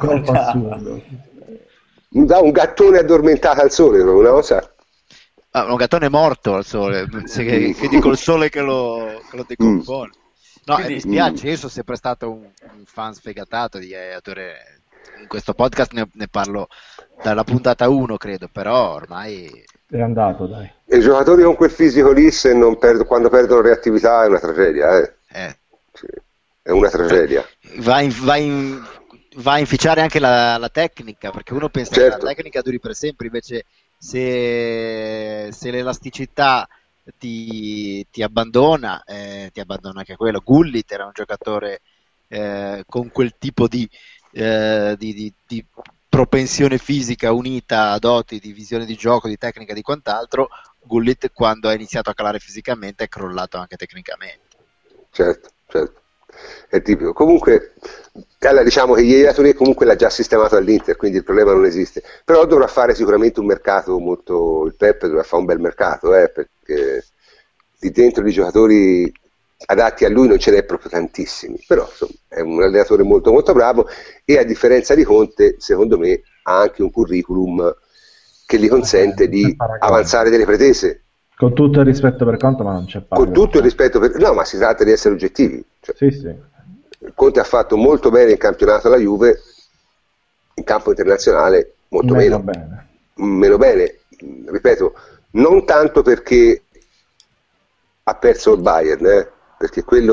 Speaker 1: un, un gattone addormentato al sole, una cosa.
Speaker 5: Ah, un gattone morto al sole, che, che dico il sole che lo, che lo decompone. No,
Speaker 3: Quindi,
Speaker 5: eh, mi spiace, io sono sempre stato un, un fan sfegatato di Yaya Touré. In questo podcast ne, ne parlo dalla puntata uno, credo, però ormai
Speaker 2: è andato, dai.
Speaker 1: E i giocatori con quel fisico lì, se non perdo, quando perdono reattività è una tragedia, eh.
Speaker 5: eh.
Speaker 1: Sì, è una tragedia.
Speaker 5: Va, in, va, in, va a inficiare anche la, la tecnica, perché uno pensa
Speaker 1: certo.
Speaker 5: che la tecnica duri per sempre, invece se, se l'elasticità ti, ti abbandona, eh, ti abbandona anche quello. Gullit era un giocatore eh, con quel tipo di, eh, di, di, di propensione fisica unita a doti di visione di gioco, di tecnica, di quant'altro. Gullit, quando ha iniziato a calare fisicamente, è crollato anche tecnicamente.
Speaker 1: Certo, certo. È tipico. Comunque, allora, diciamo che Yaya Touré comunque l'ha già sistemato all'Inter, quindi il problema non esiste. Però dovrà fare sicuramente un mercato molto. Il Pep dovrà fare un bel mercato, eh, perché di dentro di giocatori adatti a lui non ce n'è proprio tantissimi. Però insomma, è un allenatore molto molto bravo e a differenza di Conte, secondo me, ha anche un curriculum che gli consente di avanzare delle pretese.
Speaker 2: Con tutto il rispetto per Conte, ma non c'è paragone.
Speaker 1: Con tutto il rispetto per... No, ma si tratta di essere oggettivi. Cioè,
Speaker 2: sì, sì.
Speaker 1: Conte ha fatto molto bene in campionato alla Juve, in campo internazionale molto meno.
Speaker 2: Meno bene.
Speaker 1: Meno bene. Ripeto, non tanto perché ha perso il Bayern, eh, perché quello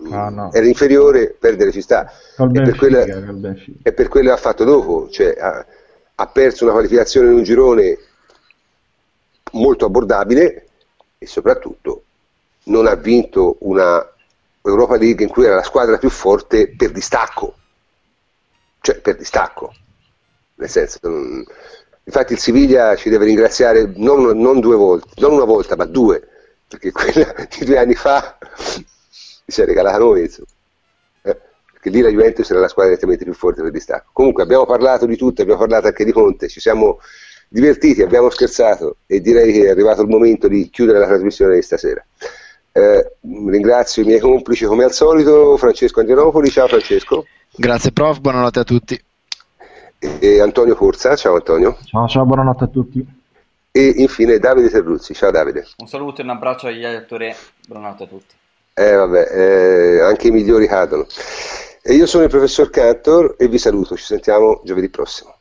Speaker 2: Ah, no.
Speaker 1: era inferiore, perdere ci sta.
Speaker 2: Col
Speaker 1: E per
Speaker 2: Benfica,
Speaker 1: quella,
Speaker 2: col Benfica.
Speaker 1: e per quello che ha fatto dopo, cioè ha, ha perso una qualificazione in un girone molto abbordabile e soprattutto non ha vinto una Europa League in cui era la squadra più forte per distacco, cioè per distacco, nel senso, non, infatti il Siviglia ci deve ringraziare non, non due volte, non una volta, ma due, perché quella di due anni fa si è regalata a noi, insomma. Eh, perché lì la Juventus era la squadra nettamente più forte per distacco. Comunque abbiamo parlato di tutto, abbiamo parlato anche di Conte, ci siamo divertiti, abbiamo scherzato e direi che è arrivato il momento di chiudere la trasmissione di stasera. Eh, ringrazio i miei complici come al solito, Francesco Andrianopoli, ciao Francesco.
Speaker 5: Grazie prof, buonanotte a tutti.
Speaker 1: E Antonio Corsa, ciao Antonio.
Speaker 2: Ciao, ciao, buonanotte a tutti.
Speaker 1: E infine Davide Terruzzi, ciao Davide.
Speaker 3: Un saluto e un abbraccio agli lettori, buonanotte a tutti.
Speaker 1: Eh vabbè, eh, anche i migliori cadono. E io sono il professor Cantor e vi saluto, ci sentiamo giovedì prossimo.